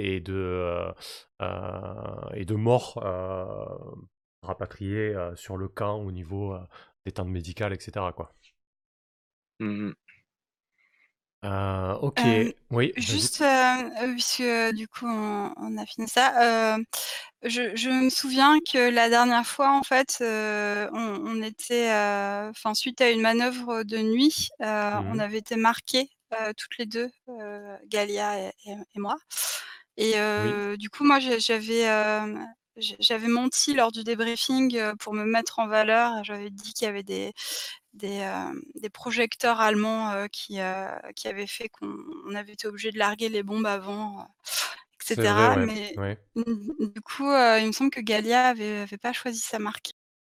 et de morts rapatriés sur le camp au niveau des tentes médicales, etc., quoi. Mhm. Ok, Euh, oui, vas-y. Juste, puisque du coup on a fini ça, je me souviens que la dernière fois, en fait, on était, enfin, suite à une manœuvre de nuit, on Mhm. avait été marquées toutes les deux, Galia et moi. Et Oui, du coup, moi, j'avais menti lors du débriefing pour me mettre en valeur. J'avais dit qu'il y avait des projecteurs allemands qui avaient fait qu'on avait été obligé de larguer les bombes avant, c'est vrai, etc. ouais, Mais ouais. du coup, il me semble que Galia avait pas choisi sa marque.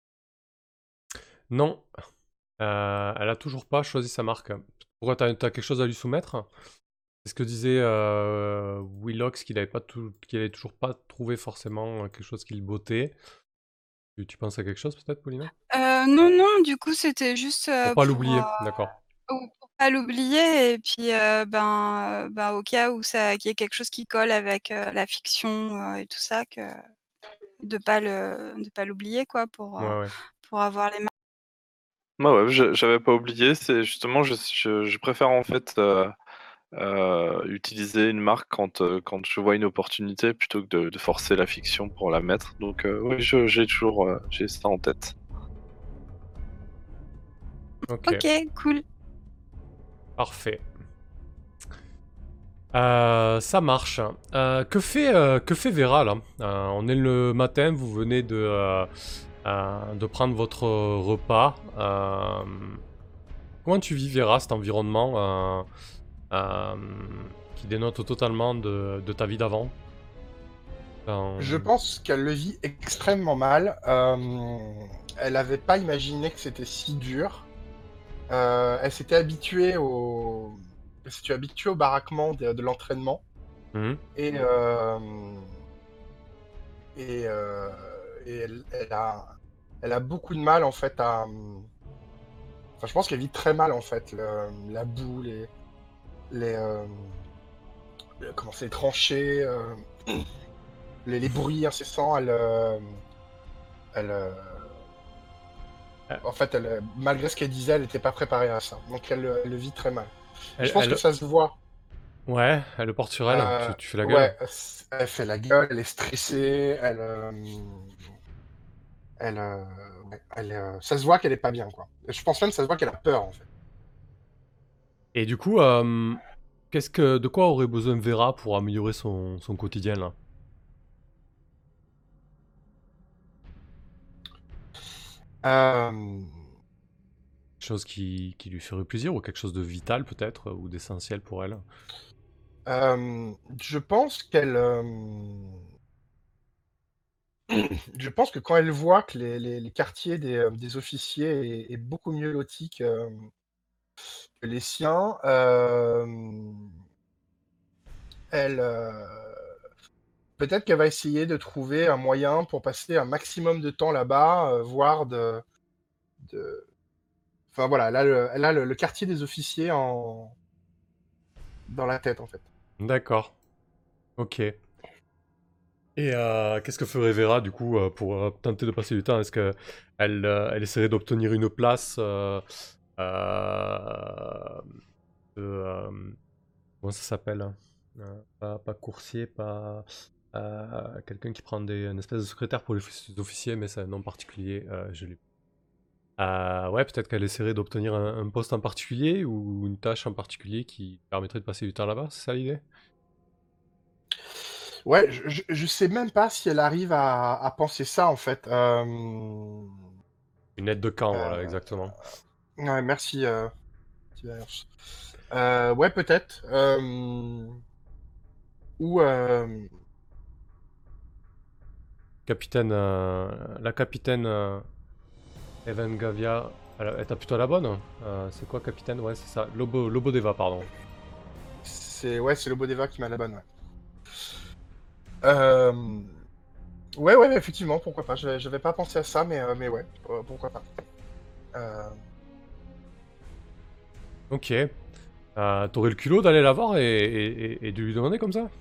Non, elle a toujours pas choisi sa marque. Pourquoi t'as quelque chose à lui soumettre? C'est ce que disait Willox, qu'il avait toujours pas trouvé forcément quelque chose qui le bottait. Tu penses à quelque chose peut-être, Paulina? Non, non, du coup, c'était juste, Pour pas l'oublier, d'accord. pour pas l'oublier et puis, ben, au cas où qu'il y ait quelque chose qui colle avec, la fiction, et tout ça, que de pas l'oublier quoi Ouais, ouais. pour avoir les marques. Ouais, ouais, j'avais pas oublié. C'est justement, je préfère en fait utiliser une marque quand je vois une opportunité plutôt que de forcer la fiction pour la mettre. Donc oui, j'ai toujours j'ai ça en tête. Ok, Ok, cool. parfait. Ça marche. Que fait Vera là? On est le matin, vous venez de prendre votre repas. Comment tu vis Vera cet environnement euh, qui dénote totalement de ta vie d'avant? Je pense qu'elle le vit extrêmement mal. Elle n'avait pas imaginé que c'était si dur. Elle s'était habituée au baraquement de l'entraînement. Mhm. Et, et, euh, et elle a beaucoup de mal en fait à. Enfin, je pense qu'elle vit très mal en fait la boue, les, euh, comment c'est, les tranchées, les bruits incessants. Elle, Euh, en fait, malgré ce qu'elle disait, elle n'était pas préparée à ça. Donc elle le vit très mal. Et je Elle, pense que elle- ça se voit. ouais, elle le porte sur elle. Tu fais la gueule. Ouais, elle fait la gueule, elle est stressée, ouais, ça se voit qu'elle est pas bien, quoi. Et je pense même que ça se voit qu'elle a peur, en fait. Et du coup, de quoi aurait besoin Vera pour améliorer son quotidien là? Euh, Quelque chose qui lui ferait plaisir ou quelque chose de vital peut-être ou d'essentiel pour elle? je pense qu'elle, je pense que quand elle voit que les quartiers des officiers est beaucoup mieux loti que les siens, elle, peut-être qu'elle va essayer de trouver un moyen pour passer un maximum de temps là-bas, voire de... Enfin voilà, elle a le quartier des officiers dans la tête, en fait. D'accord. Ok. Et qu'est-ce que ferait Vera du coup pour tenter de passer du temps? Est-ce que elle essaierait d'obtenir une place euh, de, comment ça s'appelle? Pas coursier, pas quelqu'un qui prend une espèce de secrétaire pour les officiers, mais c'est un nom particulier. Je l'ai. Ouais, peut-être qu'elle essaierait d'obtenir un poste en particulier ou une tâche en particulier qui permettrait de passer du temps là-bas, c'est ça l'idée? Ouais, je sais même pas si elle arrive à penser ça, en fait. Une aide de camp, voilà, Euh, exactement. ouais, merci. Tivers. Ouais, peut-être. Ou Capitaine, la capitaine Evan Gavia, elle t'a plutôt la bonne. C'est quoi, capitaine? Ouais, c'est ça. Lobodeva, pardon. c'est le Bodeva qui m'a la bonne. Ouais. Euh, ouais, effectivement, pourquoi pas. J'avais pas pensé à ça, mais ouais, pourquoi pas. Euh, Ok. T'aurais le culot d'aller la voir et de lui demander comme ça?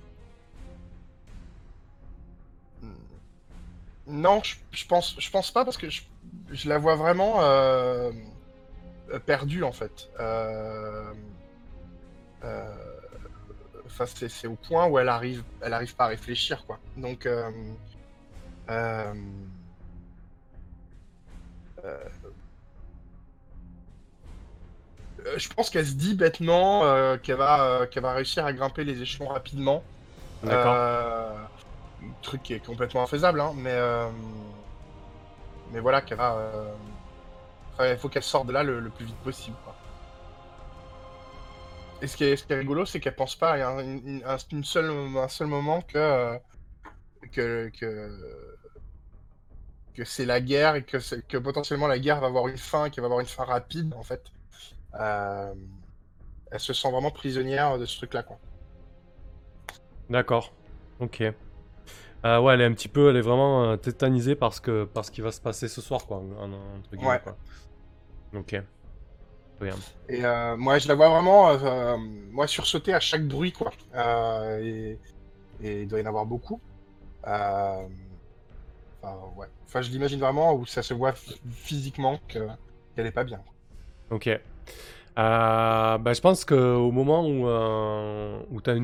Non, je pense pas parce que je la vois vraiment perdue en fait. Euh, Enfin, c'est au point où elle arrive pas à réfléchir quoi. Donc, euh, je pense qu'elle se dit bêtement qu'elle va réussir à grimper les échelons rapidement. D'accord. Euh, Truc qui est complètement infaisable, hein, mais voilà, qu'elle va. Enfin, il faut qu'elle sorte de là le plus vite possible. Quoi. Et ce qui est rigolo, c'est qu'elle pense pas à un seul moment que, que, que c'est la guerre et que potentiellement la guerre va avoir une fin et qu'elle va avoir une fin rapide, en fait. Euh, Elle se sent vraiment prisonnière de ce truc-là, quoi. D'accord. Ok. Ouais, elle est vraiment tétanisée par ce qui va se passer ce soir, quoi, entre guillemets, Ouais. quoi. Ok. Très bien. Et moi, je la vois vraiment, moi, sursauter à chaque bruit, quoi. Et il doit y en avoir beaucoup. Euh, Enfin, ouais. Enfin, je l'imagine vraiment où ça se voit physiquement qu'elle est pas bien. Ok. Je pense qu'au moment où tu as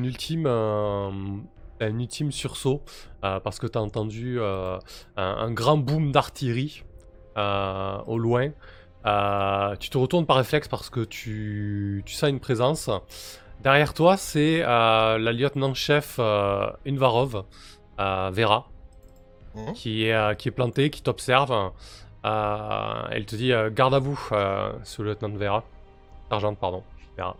un ultime sursaut, parce que tu as entendu un grand boom d'artillerie au loin, tu te retournes par réflexe parce que tu sens une présence. Derrière toi, c'est la lieutenant-chef Invarov, Vera, Mhm. qui est plantée, qui t'observe. Elle te dit garde à vous, sous-lieutenant Vera. Sergent, pardon. Vera.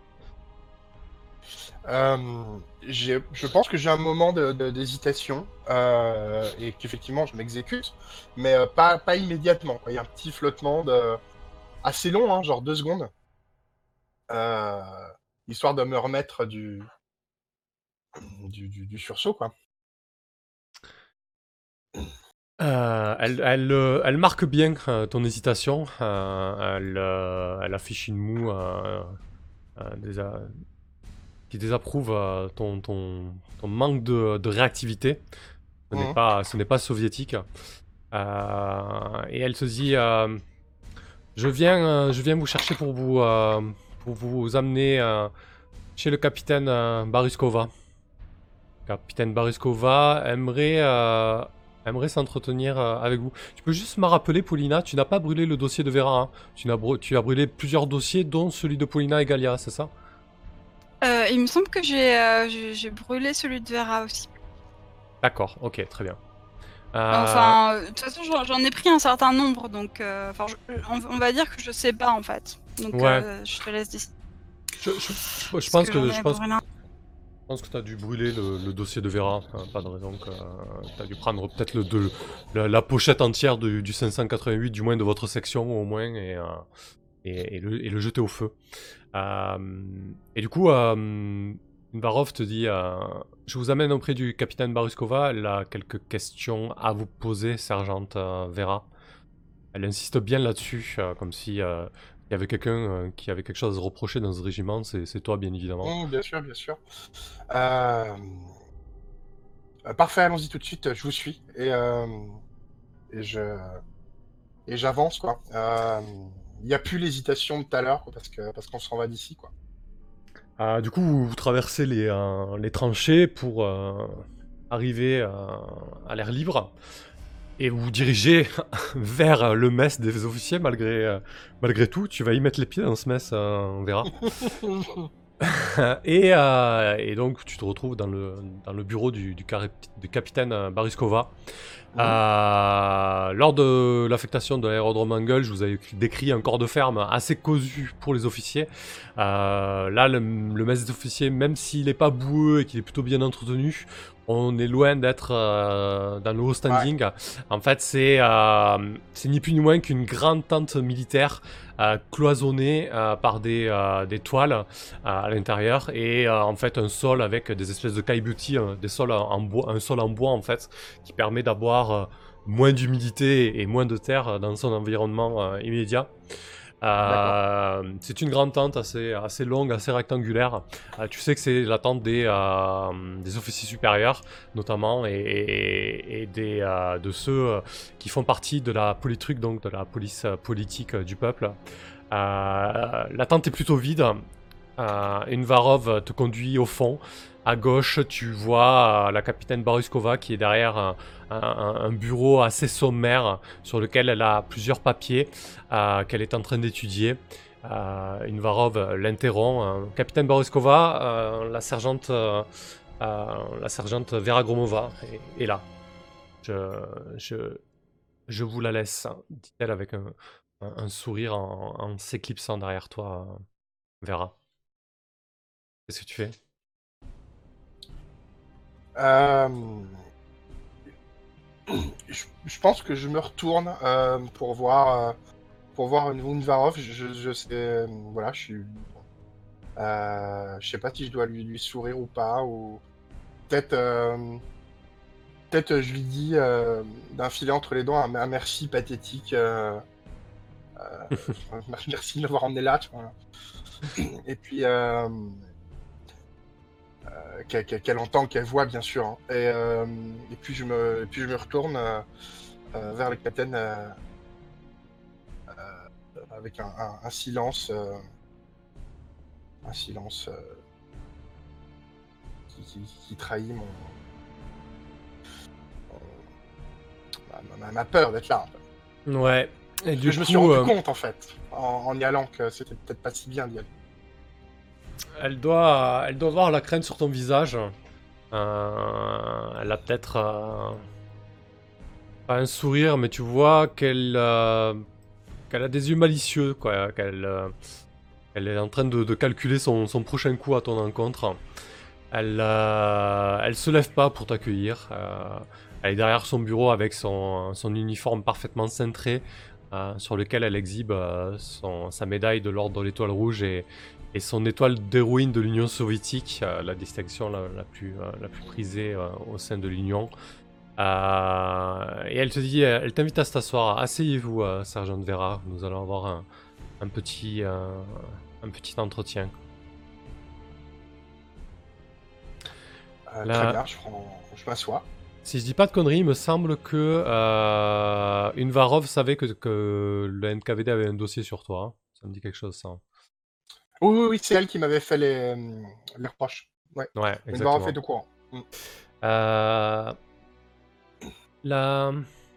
Je pense que j'ai un moment d'hésitation et qu'effectivement je m'exécute, mais pas immédiatement, quoi. Il y a un petit flottement assez long, hein, genre 2 secondes, euh, histoire de me remettre du sursaut, quoi. Elle marque bien ton hésitation. Elle affiche une moue qui désapprouve ton manque de réactivité. Mhm. Ce n'est pas soviétique. Et elle se dit je viens vous chercher pour vous amener chez le capitaine Baruskova. Capitaine Baruskova aimerait s'entretenir avec vous. Tu peux juste me rappeler, Paulina, tu n'as pas brûlé le dossier de Vera, hein. Tu as brûlé plusieurs dossiers, dont celui de Paulina et Galia, c'est ça? Il me semble que j'ai brûlé celui de Vera aussi. D'accord, ok, très bien. De toute façon, j'en ai pris un certain nombre, donc on va dire que je sais pas en fait. Donc Ouais. je te laisse décider. Je pense que tu as dû brûler le dossier de Vera. Pas de raison que tu as dû prendre peut-être la pochette entière du 588, du moins de votre section au moins, et le jeter au feu. Et du coup, Varov te dit je vous amène auprès du capitaine Baruskova. Elle a quelques questions à vous poser, sergente Vera. Elle insiste bien là-dessus, comme si il y avait quelqu'un qui avait quelque chose à se reprocher dans ce régiment. C'est toi, bien évidemment. Bien sûr, bien sûr. Parfait, allons-y tout de suite, je vous suis. Et j'avance, quoi. Il n'y a plus l'hésitation de tout à l'heure, quoi, parce qu'on s'en va d'ici, quoi. Du coup, vous traversez les tranchées pour arriver à l'air libre. Et vous vous dirigez vers le mess des officiers, malgré tout. Tu vas y mettre les pieds dans ce mess, on verra. Et donc, tu te retrouves dans le bureau du capitaine Baruskova. Lors de l'affectation de l'aérodrome Angle, je vous avais décrit un corps de ferme assez cousu pour les officiers. Là, le mess des officiers, même s'il n'est pas boueux et qu'il est plutôt bien entretenu, on est loin d'être dans le haut standing. Ouais. En fait, c'est ni plus ni moins qu'une grande tente militaire cloisonnée par des toiles à l'intérieur et en fait un sol avec des espèces de caillebotis, des sols en bois, un sol en bois en fait, qui permet d'avoir moins d'humidité et moins de terre dans son environnement immédiat. C'est une grande tente assez longue, assez rectangulaire. Tu sais que c'est la tente des officiers supérieurs, notamment, et de ceux qui font partie de la Politruc, donc de la police politique du peuple. La tente est plutôt vide. Invarov te conduit au fond. À gauche, tu vois la capitaine Baruskova qui est derrière un bureau assez sommaire sur lequel elle a plusieurs papiers qu'elle est en train d'étudier. Invarov l'interrompt. Capitaine Baruskova, la sergente Vera Gromova est là. Je vous la laisse, dit-elle avec un sourire en s'éclipsant derrière toi, Vera. Qu'est-ce que tu fais? Je pense que je me retourne pour voir Unvarov. Je sais, voilà, je sais pas si je dois lui sourire ou pas, ou peut-être je lui dis d'un filet entre les dents un merci pathétique. Merci de m'avoir emmené là, tu vois. Et puis qu'elle entend, qu'elle voit, bien sûr. Hein. Et puis je me retourne vers le capitaine avec un silence Un silence qui trahit ma peur d'être là. En fait. Ouais. Et Parce du que je me suis coup, rendu compte en fait, en y allant, que c'était peut-être pas si bien d'y aller. elle doit voir la crainte sur ton visage. Elle a peut-être pas un sourire, mais tu vois qu'elle a des yeux malicieux, quoi. Elle est en train de calculer son prochain coup à ton encontre. Elle se lève pas pour t'accueillir. Elle est derrière son bureau avec son uniforme parfaitement cintré, sur lequel elle exhibe sa médaille de l'ordre de l'étoile rouge et son étoile d'héroïne de l'Union soviétique, la distinction la plus prisée au sein de l'Union. Et elle te dit, elle t'invite à t'asseoir. Asseyez-vous, sergent Vera. Nous allons avoir un petit entretien. Très bien, je m'assois. Si je dis pas de conneries, il me semble que Unvarov savait que le NKVD avait un dossier sur toi. Hein. Ça me dit quelque chose, ça. Oui, c'est elle qui m'avait fait les reproches. Ouais, exactement. Une Varov est au courant. Là,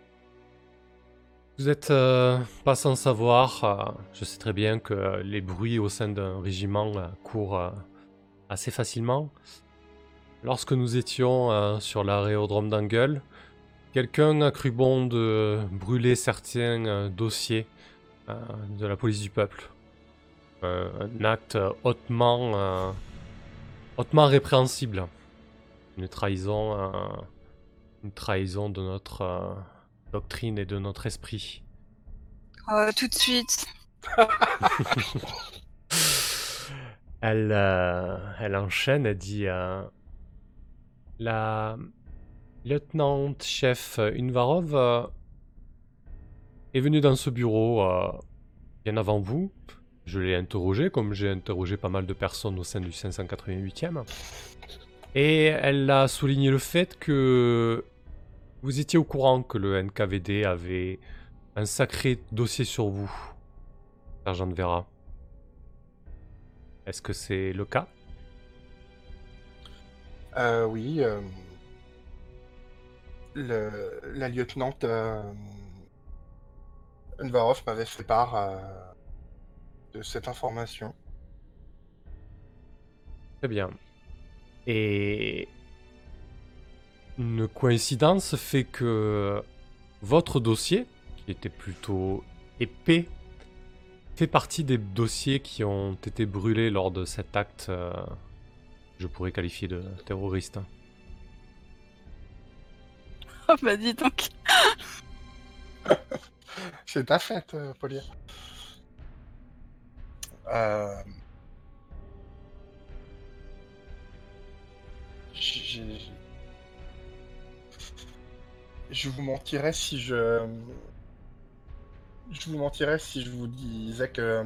vous êtes pas sans savoir. Je sais très bien que les bruits au sein d'un régiment courent assez facilement. Lorsque nous étions sur l'aérodrome d'Angel, quelqu'un a cru bon de brûler certains dossiers de la police du peuple. Un acte hautement répréhensible. Une trahison de notre doctrine et de notre esprit. Tout de suite. Elle enchaîne, elle dit la lieutenant-chef Unvarov est venue dans ce bureau bien avant vous. Je l'ai interrogée, comme j'ai interrogé pas mal de personnes au sein du 588e. Et elle a souligné le fait que vous étiez au courant que le NKVD avait un sacré dossier sur vous, sergent Vera. Est-ce que c'est le cas ? Oui. La lieutenante Unvarov m'avait fait part de cette information. Très bien. Et une coïncidence fait que votre dossier, qui était plutôt épais, fait partie des dossiers qui ont été brûlés lors de cet acte, je pourrais qualifier de terroriste. Oh bah dis donc. C'est ta fête, Pauline. Je vous mentirais si je vous disais que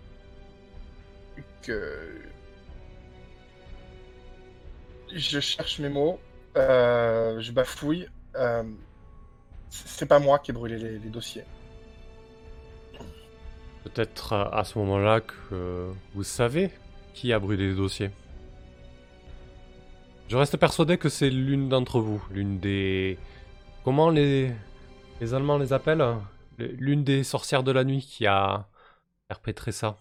je cherche mes mots, je bafouille. C'est pas moi qui ai brûlé les dossiers. Peut-être à ce moment-là que vous savez qui a brûlé les dossiers. Je reste persuadé que c'est l'une d'entre vous, l'une des... Comment les Allemands les appellent ? L'une des sorcières de la nuit qui a perpétré ça.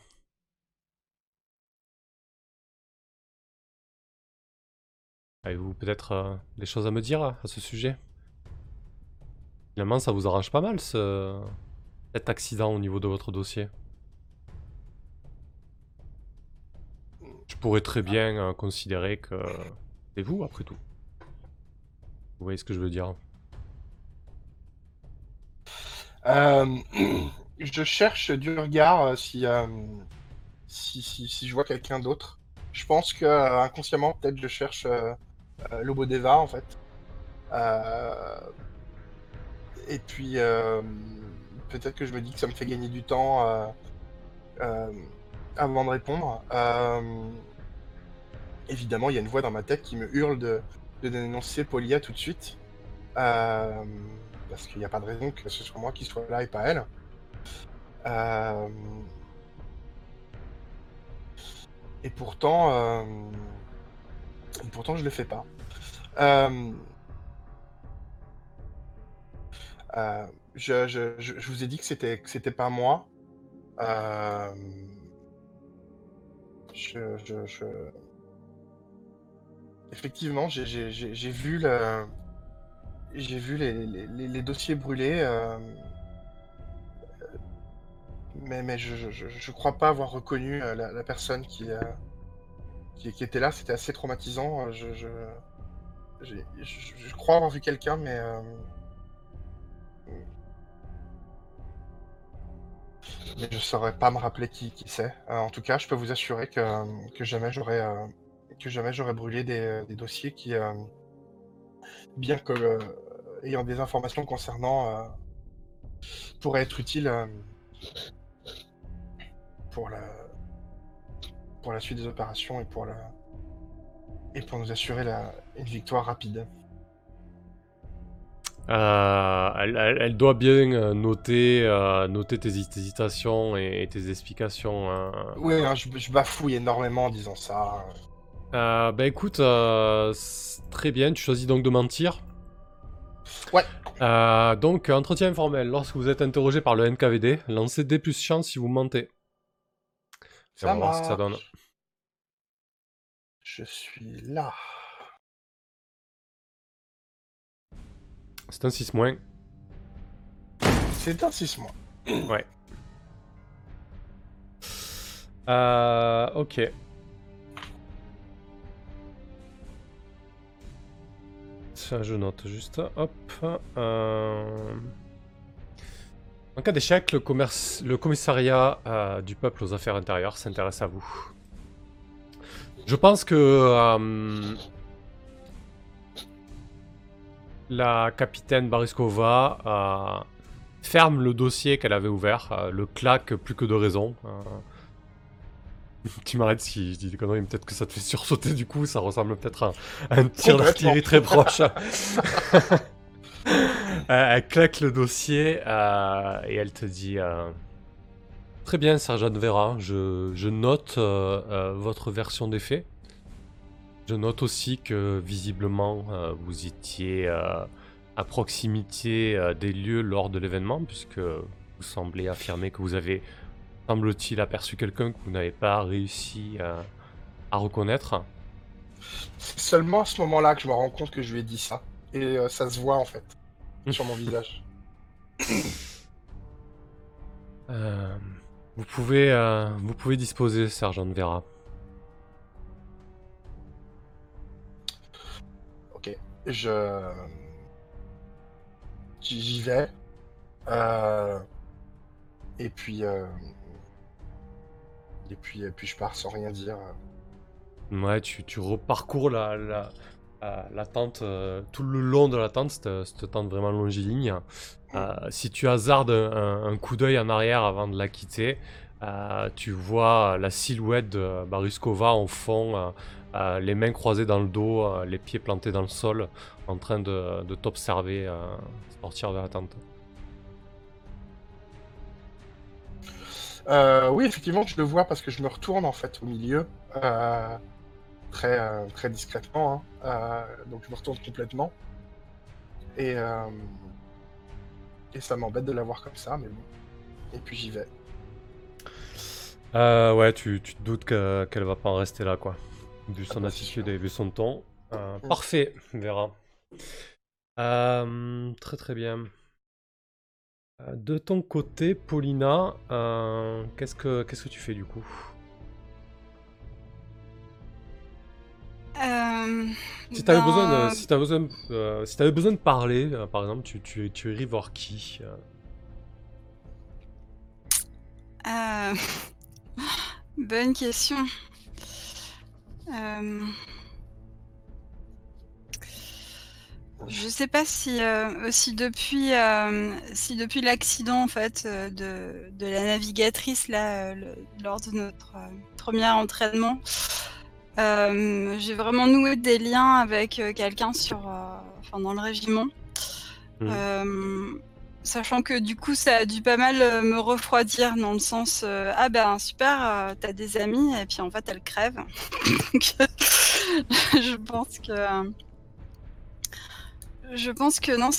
Avez-vous peut-être des choses à me dire à ce sujet ? Finalement, ça vous arrange pas mal, cet accident au niveau de votre dossier. Je pourrais très bien considérer que c'est vous, après tout. Vous voyez ce que je veux dire ? Je cherche du regard si je vois quelqu'un d'autre. Je pense que inconsciemment, peut-être je cherche Lobodeva en fait. Et puis peut-être que je me dis que ça me fait gagner du temps avant de répondre. Évidemment, il y a une voix dans ma tête qui me hurle de dénoncer Polia tout de suite. Parce qu'il n'y a pas de raison que ce soit moi qui soit là et pas elle. Et pourtant, je le fais pas. Euh, je vous ai dit que c'était pas moi. Euh, je... Effectivement, j'ai vu les dossiers brûlés, mais je crois pas avoir reconnu la personne qui était là. C'était assez traumatisant. Je crois avoir vu quelqu'un, mais je saurais pas me rappeler qui c'est. En tout cas, je peux vous assurer que jamais j'aurais brûlé des dossiers qui, bien que ayant des informations concernant, pourraient être utiles pour la suite des opérations et pour nous assurer une victoire rapide. Elle doit bien noter tes hésitations et tes explications. Oui, hein, je bafouille énormément en disant ça. Bah écoute, très bien, tu choisis donc de mentir. Ouais. Donc, entretien informel. Lorsque vous êtes interrogé par le NKVD, lancez D plus chance si vous mentez. Ça on va voir ce que ça donne. marche. Je suis là. C'est un 6 moins. C'est un 6 mois. Ouais. Ok. Ça, je note juste. Hop. En cas d'échec, le commissariat du peuple aux affaires intérieures s'intéresse à vous. Je pense que la capitaine Bariskova ferme le dossier qu'elle avait ouvert, le claque plus que de raison. Tu m'arrêtes si je dis des conneries, peut-être que ça te fait sursauter du coup, ça ressemble peut-être à un tir d'artillerie très proche. Elle claque le dossier et elle te dit très bien, sergent Vera, je note votre version des faits. Je note aussi que visiblement vous étiez à proximité des lieux lors de l'événement, puisque vous semblez affirmer que vous avez, semble-t-il, aperçu quelqu'un que vous n'avez pas réussi à reconnaître. C'est seulement à ce moment-là que je me rends compte que je lui ai dit ça. Et ça se voit en fait, sur mon visage. Vous pouvez disposer, sergent Vera. Ok, j'y vais. Et puis je pars sans rien dire. Ouais, tu reparcours la tente, tout le long de la tente, cette tente vraiment longiligne. Si tu hasardes un coup d'œil en arrière avant de la quitter, tu vois la silhouette de Bariskova en fond, les mains croisées dans le dos, les pieds plantés dans le sol, en train de t'observer sortir de la tente. Oui, effectivement, je le vois parce que je me retourne en fait au milieu, très discrètement. Hein. Donc je me retourne complètement. Et ça m'embête de la voir comme ça, mais bon. Et puis j'y vais. Ouais, tu te doutes qu'elle va pas en rester là, quoi. Vu son attitude et vu son ton. Parfait, Vera. Très très bien. De ton côté, Paulina, qu'est-ce que tu fais du coup? Si t'avais besoin de parler, par exemple, tu irais voir qui? Bonne question. Je sais pas si depuis l'accident en fait de la navigatrice là lors de notre premier entraînement, j'ai vraiment noué des liens avec quelqu'un dans le régiment. Sachant que du coup, ça a dû pas mal me refroidir dans le sens ah ben super, t'as des amis et puis en fait elles crèvent. Donc je pense que non,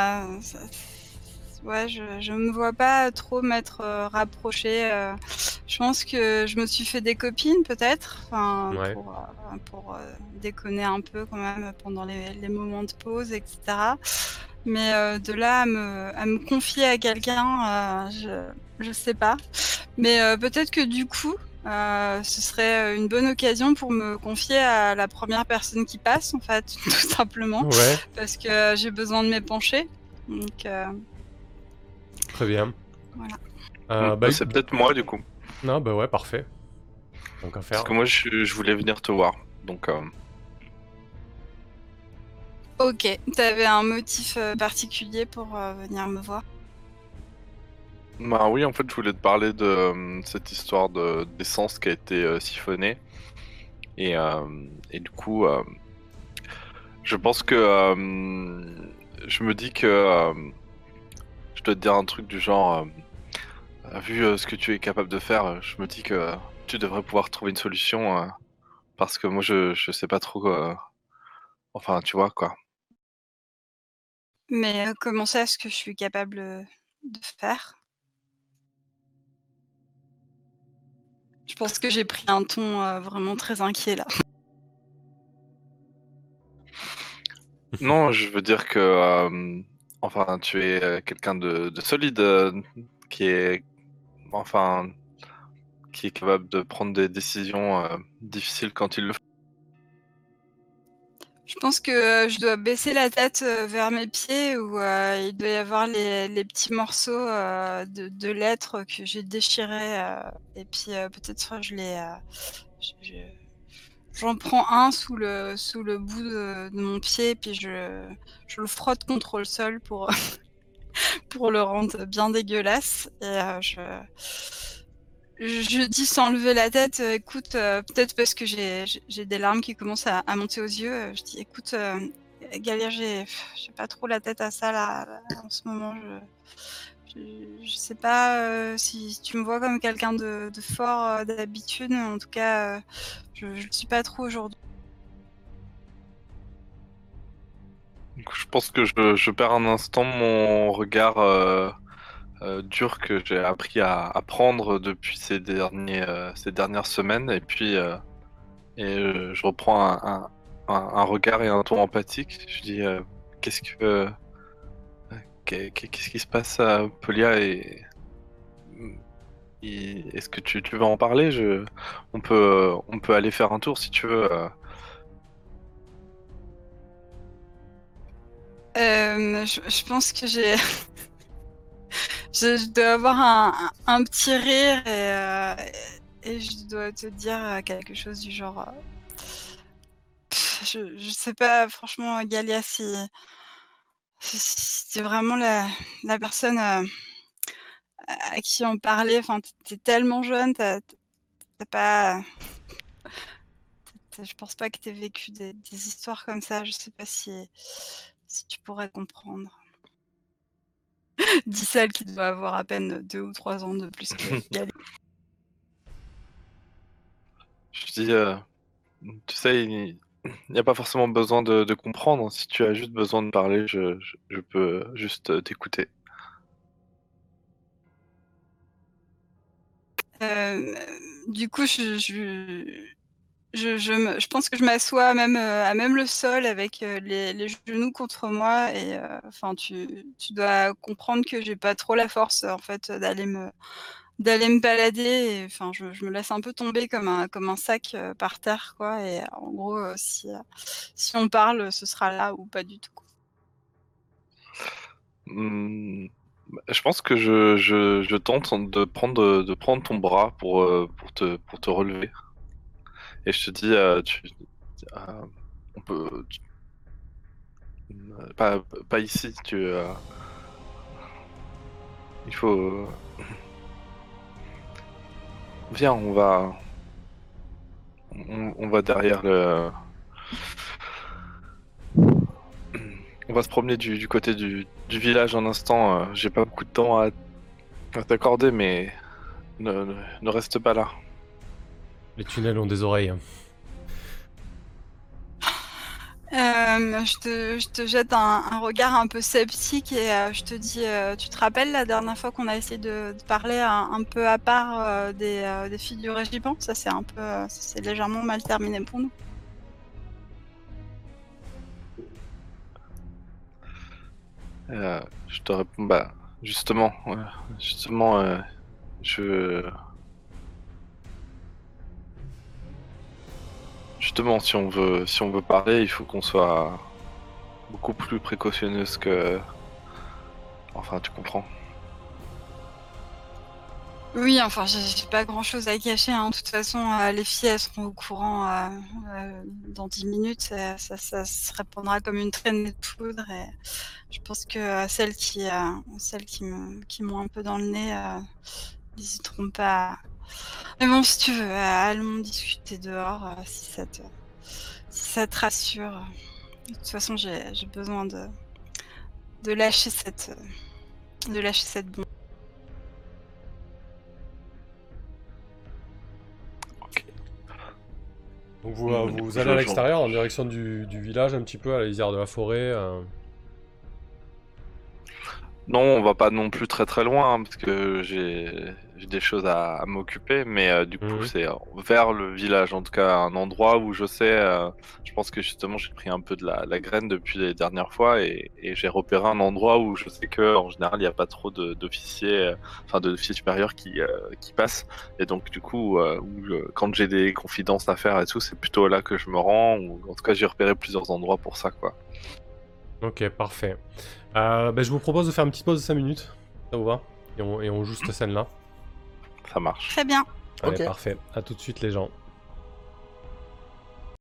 ouais, je me vois pas trop m'être rapprochée. Je pense que je me suis fait des copines peut-être, enfin Ouais. pour déconner un peu quand même pendant les moments de pause, etc. Mais de là à me confier à quelqu'un, je sais pas. Mais peut-être que du coup, ce serait une bonne occasion pour me confier à la première personne qui passe, en fait, tout simplement, Ouais, parce que j'ai besoin de m'épancher. Donc très bien. voilà. Bah, C'est peut-être moi du coup. non, bah ouais, parfait. Donc à Parce faire. que moi je voulais venir te voir. Donc Ok, t'avais un motif particulier pour venir me voir? bah oui, en fait, je voulais te parler de cette histoire d'essence qui a été siphonnée. Et du coup, je pense que je me dis que je dois te dire un truc du genre, vu ce que tu es capable de faire, je me dis que tu devrais pouvoir trouver une solution parce que moi, je sais pas trop. Enfin, tu vois quoi. Mais comment ça, est-ce que je suis capable de faire? Je pense que j'ai pris un ton vraiment très inquiet là. Non, je veux dire que, enfin, tu es quelqu'un de solide, qui est, enfin, qui est capable de prendre des décisions difficiles quand il le faut. Je pense que je dois baisser la tête vers mes pieds où il doit y avoir les petits morceaux de lettres que j'ai déchirés. Et puis peut-être je- j'en prends un sous le bout de mon pied, puis je le frotte contre le sol pour, pour le rendre bien dégueulasse. Et je dis sans lever la tête, écoute, peut-être parce que j'ai des larmes qui commencent à monter aux yeux, je dis: «Écoute, Galia, j'ai pas trop la tête à ça là, en ce moment. Je sais pas, si tu me vois comme quelqu'un de fort, d'habitude, mais en tout cas, je le suis pas trop aujourd'hui». Donc, je pense que je perds un instant mon regard dur que j'ai appris à prendre depuis ces dernières semaines, et puis je reprends un regard et un ton empathique. Je dis qu'est-ce que qu'est-ce qui se passe à Polia est-ce que tu veux en parler? On peut aller faire un tour si tu veux. Je pense que j'ai je dois avoir un petit rire et je dois te dire, quelque chose du genre, je sais pas franchement, Galia, si tu vraiment la personne, à qui en parler. Enfin, tu es tellement jeune, tu pas je pense pas que tu aies vécu des histoires comme ça. Je sais pas si tu pourrais comprendre. Dit celle qui doit avoir à peine 2 ou 3 ans de plus que Galia. Je dis tu sais, il n'y a pas forcément besoin de comprendre. Si tu as juste besoin de parler, je peux juste t'écouter. Hem, du coup, je pense que je m'assois même, à même le sol avec, les genoux contre moi et enfin tu dois comprendre que j'ai pas trop la force, en fait, d'aller me balader et enfin je me laisse un peu tomber comme un sac, par terre quoi et en gros, si on parle, ce sera là ou pas du tout, quoi. Mmh, je pense que je tente de prendre ton bras pour te relever, et je te dis, heu, on peut pas ici, il faut viens, on va derrière on va se promener du côté du village un instant. J'ai pas beaucoup de temps à t'accorder, mais ne reste pas là. Les tunnels ont des oreilles. Je te jette un regard un peu sceptique et je te dis, tu te rappelles la dernière fois qu'on a essayé de parler un peu à part des filles du régiment? Ça c'est légèrement mal terminé pour nous. Je te réponds, justement, je... Justement, si on veut parler, il faut qu'on soit beaucoup plus précautionneuse que... Enfin, tu comprends. Oui, enfin, j'ai pas grand-chose à cacher, hein. De toute façon, les filles, elles seront au courant dans 10 minutes. Ça se répandra comme une traînée de poudre. Et je pense que celles qui m'ont un peu dans le nez n'hésiteront pas. Mais bon, si tu veux, allons discuter dehors si ça te rassure. De toute façon, j'ai besoin de lâcher cette bombe. Donc vous allez à l'extérieur, en direction du village, un petit peu, à la lisière de la forêt. Non, on va pas non plus très très loin, hein, parce que j'ai des choses à m'occuper, mais du coup c'est vers le village, en tout cas un endroit où je sais, je pense que justement j'ai pris un peu de la graine depuis les dernières fois, et j'ai repéré un endroit où je sais que en général il n'y a pas trop d'officiers, enfin d'officiers supérieurs qui passent, et donc du coup quand j'ai des confidences à faire et tout, c'est plutôt là que je me rends, ou en tout cas j'ai repéré plusieurs endroits pour ça, quoi. Ok, parfait. Je vous propose de faire une petite pause de 5 minutes. Ça vous va? Et on joue cette scène-là. Ça marche. Très bien. Allez, Ok. parfait. À tout de suite les gens.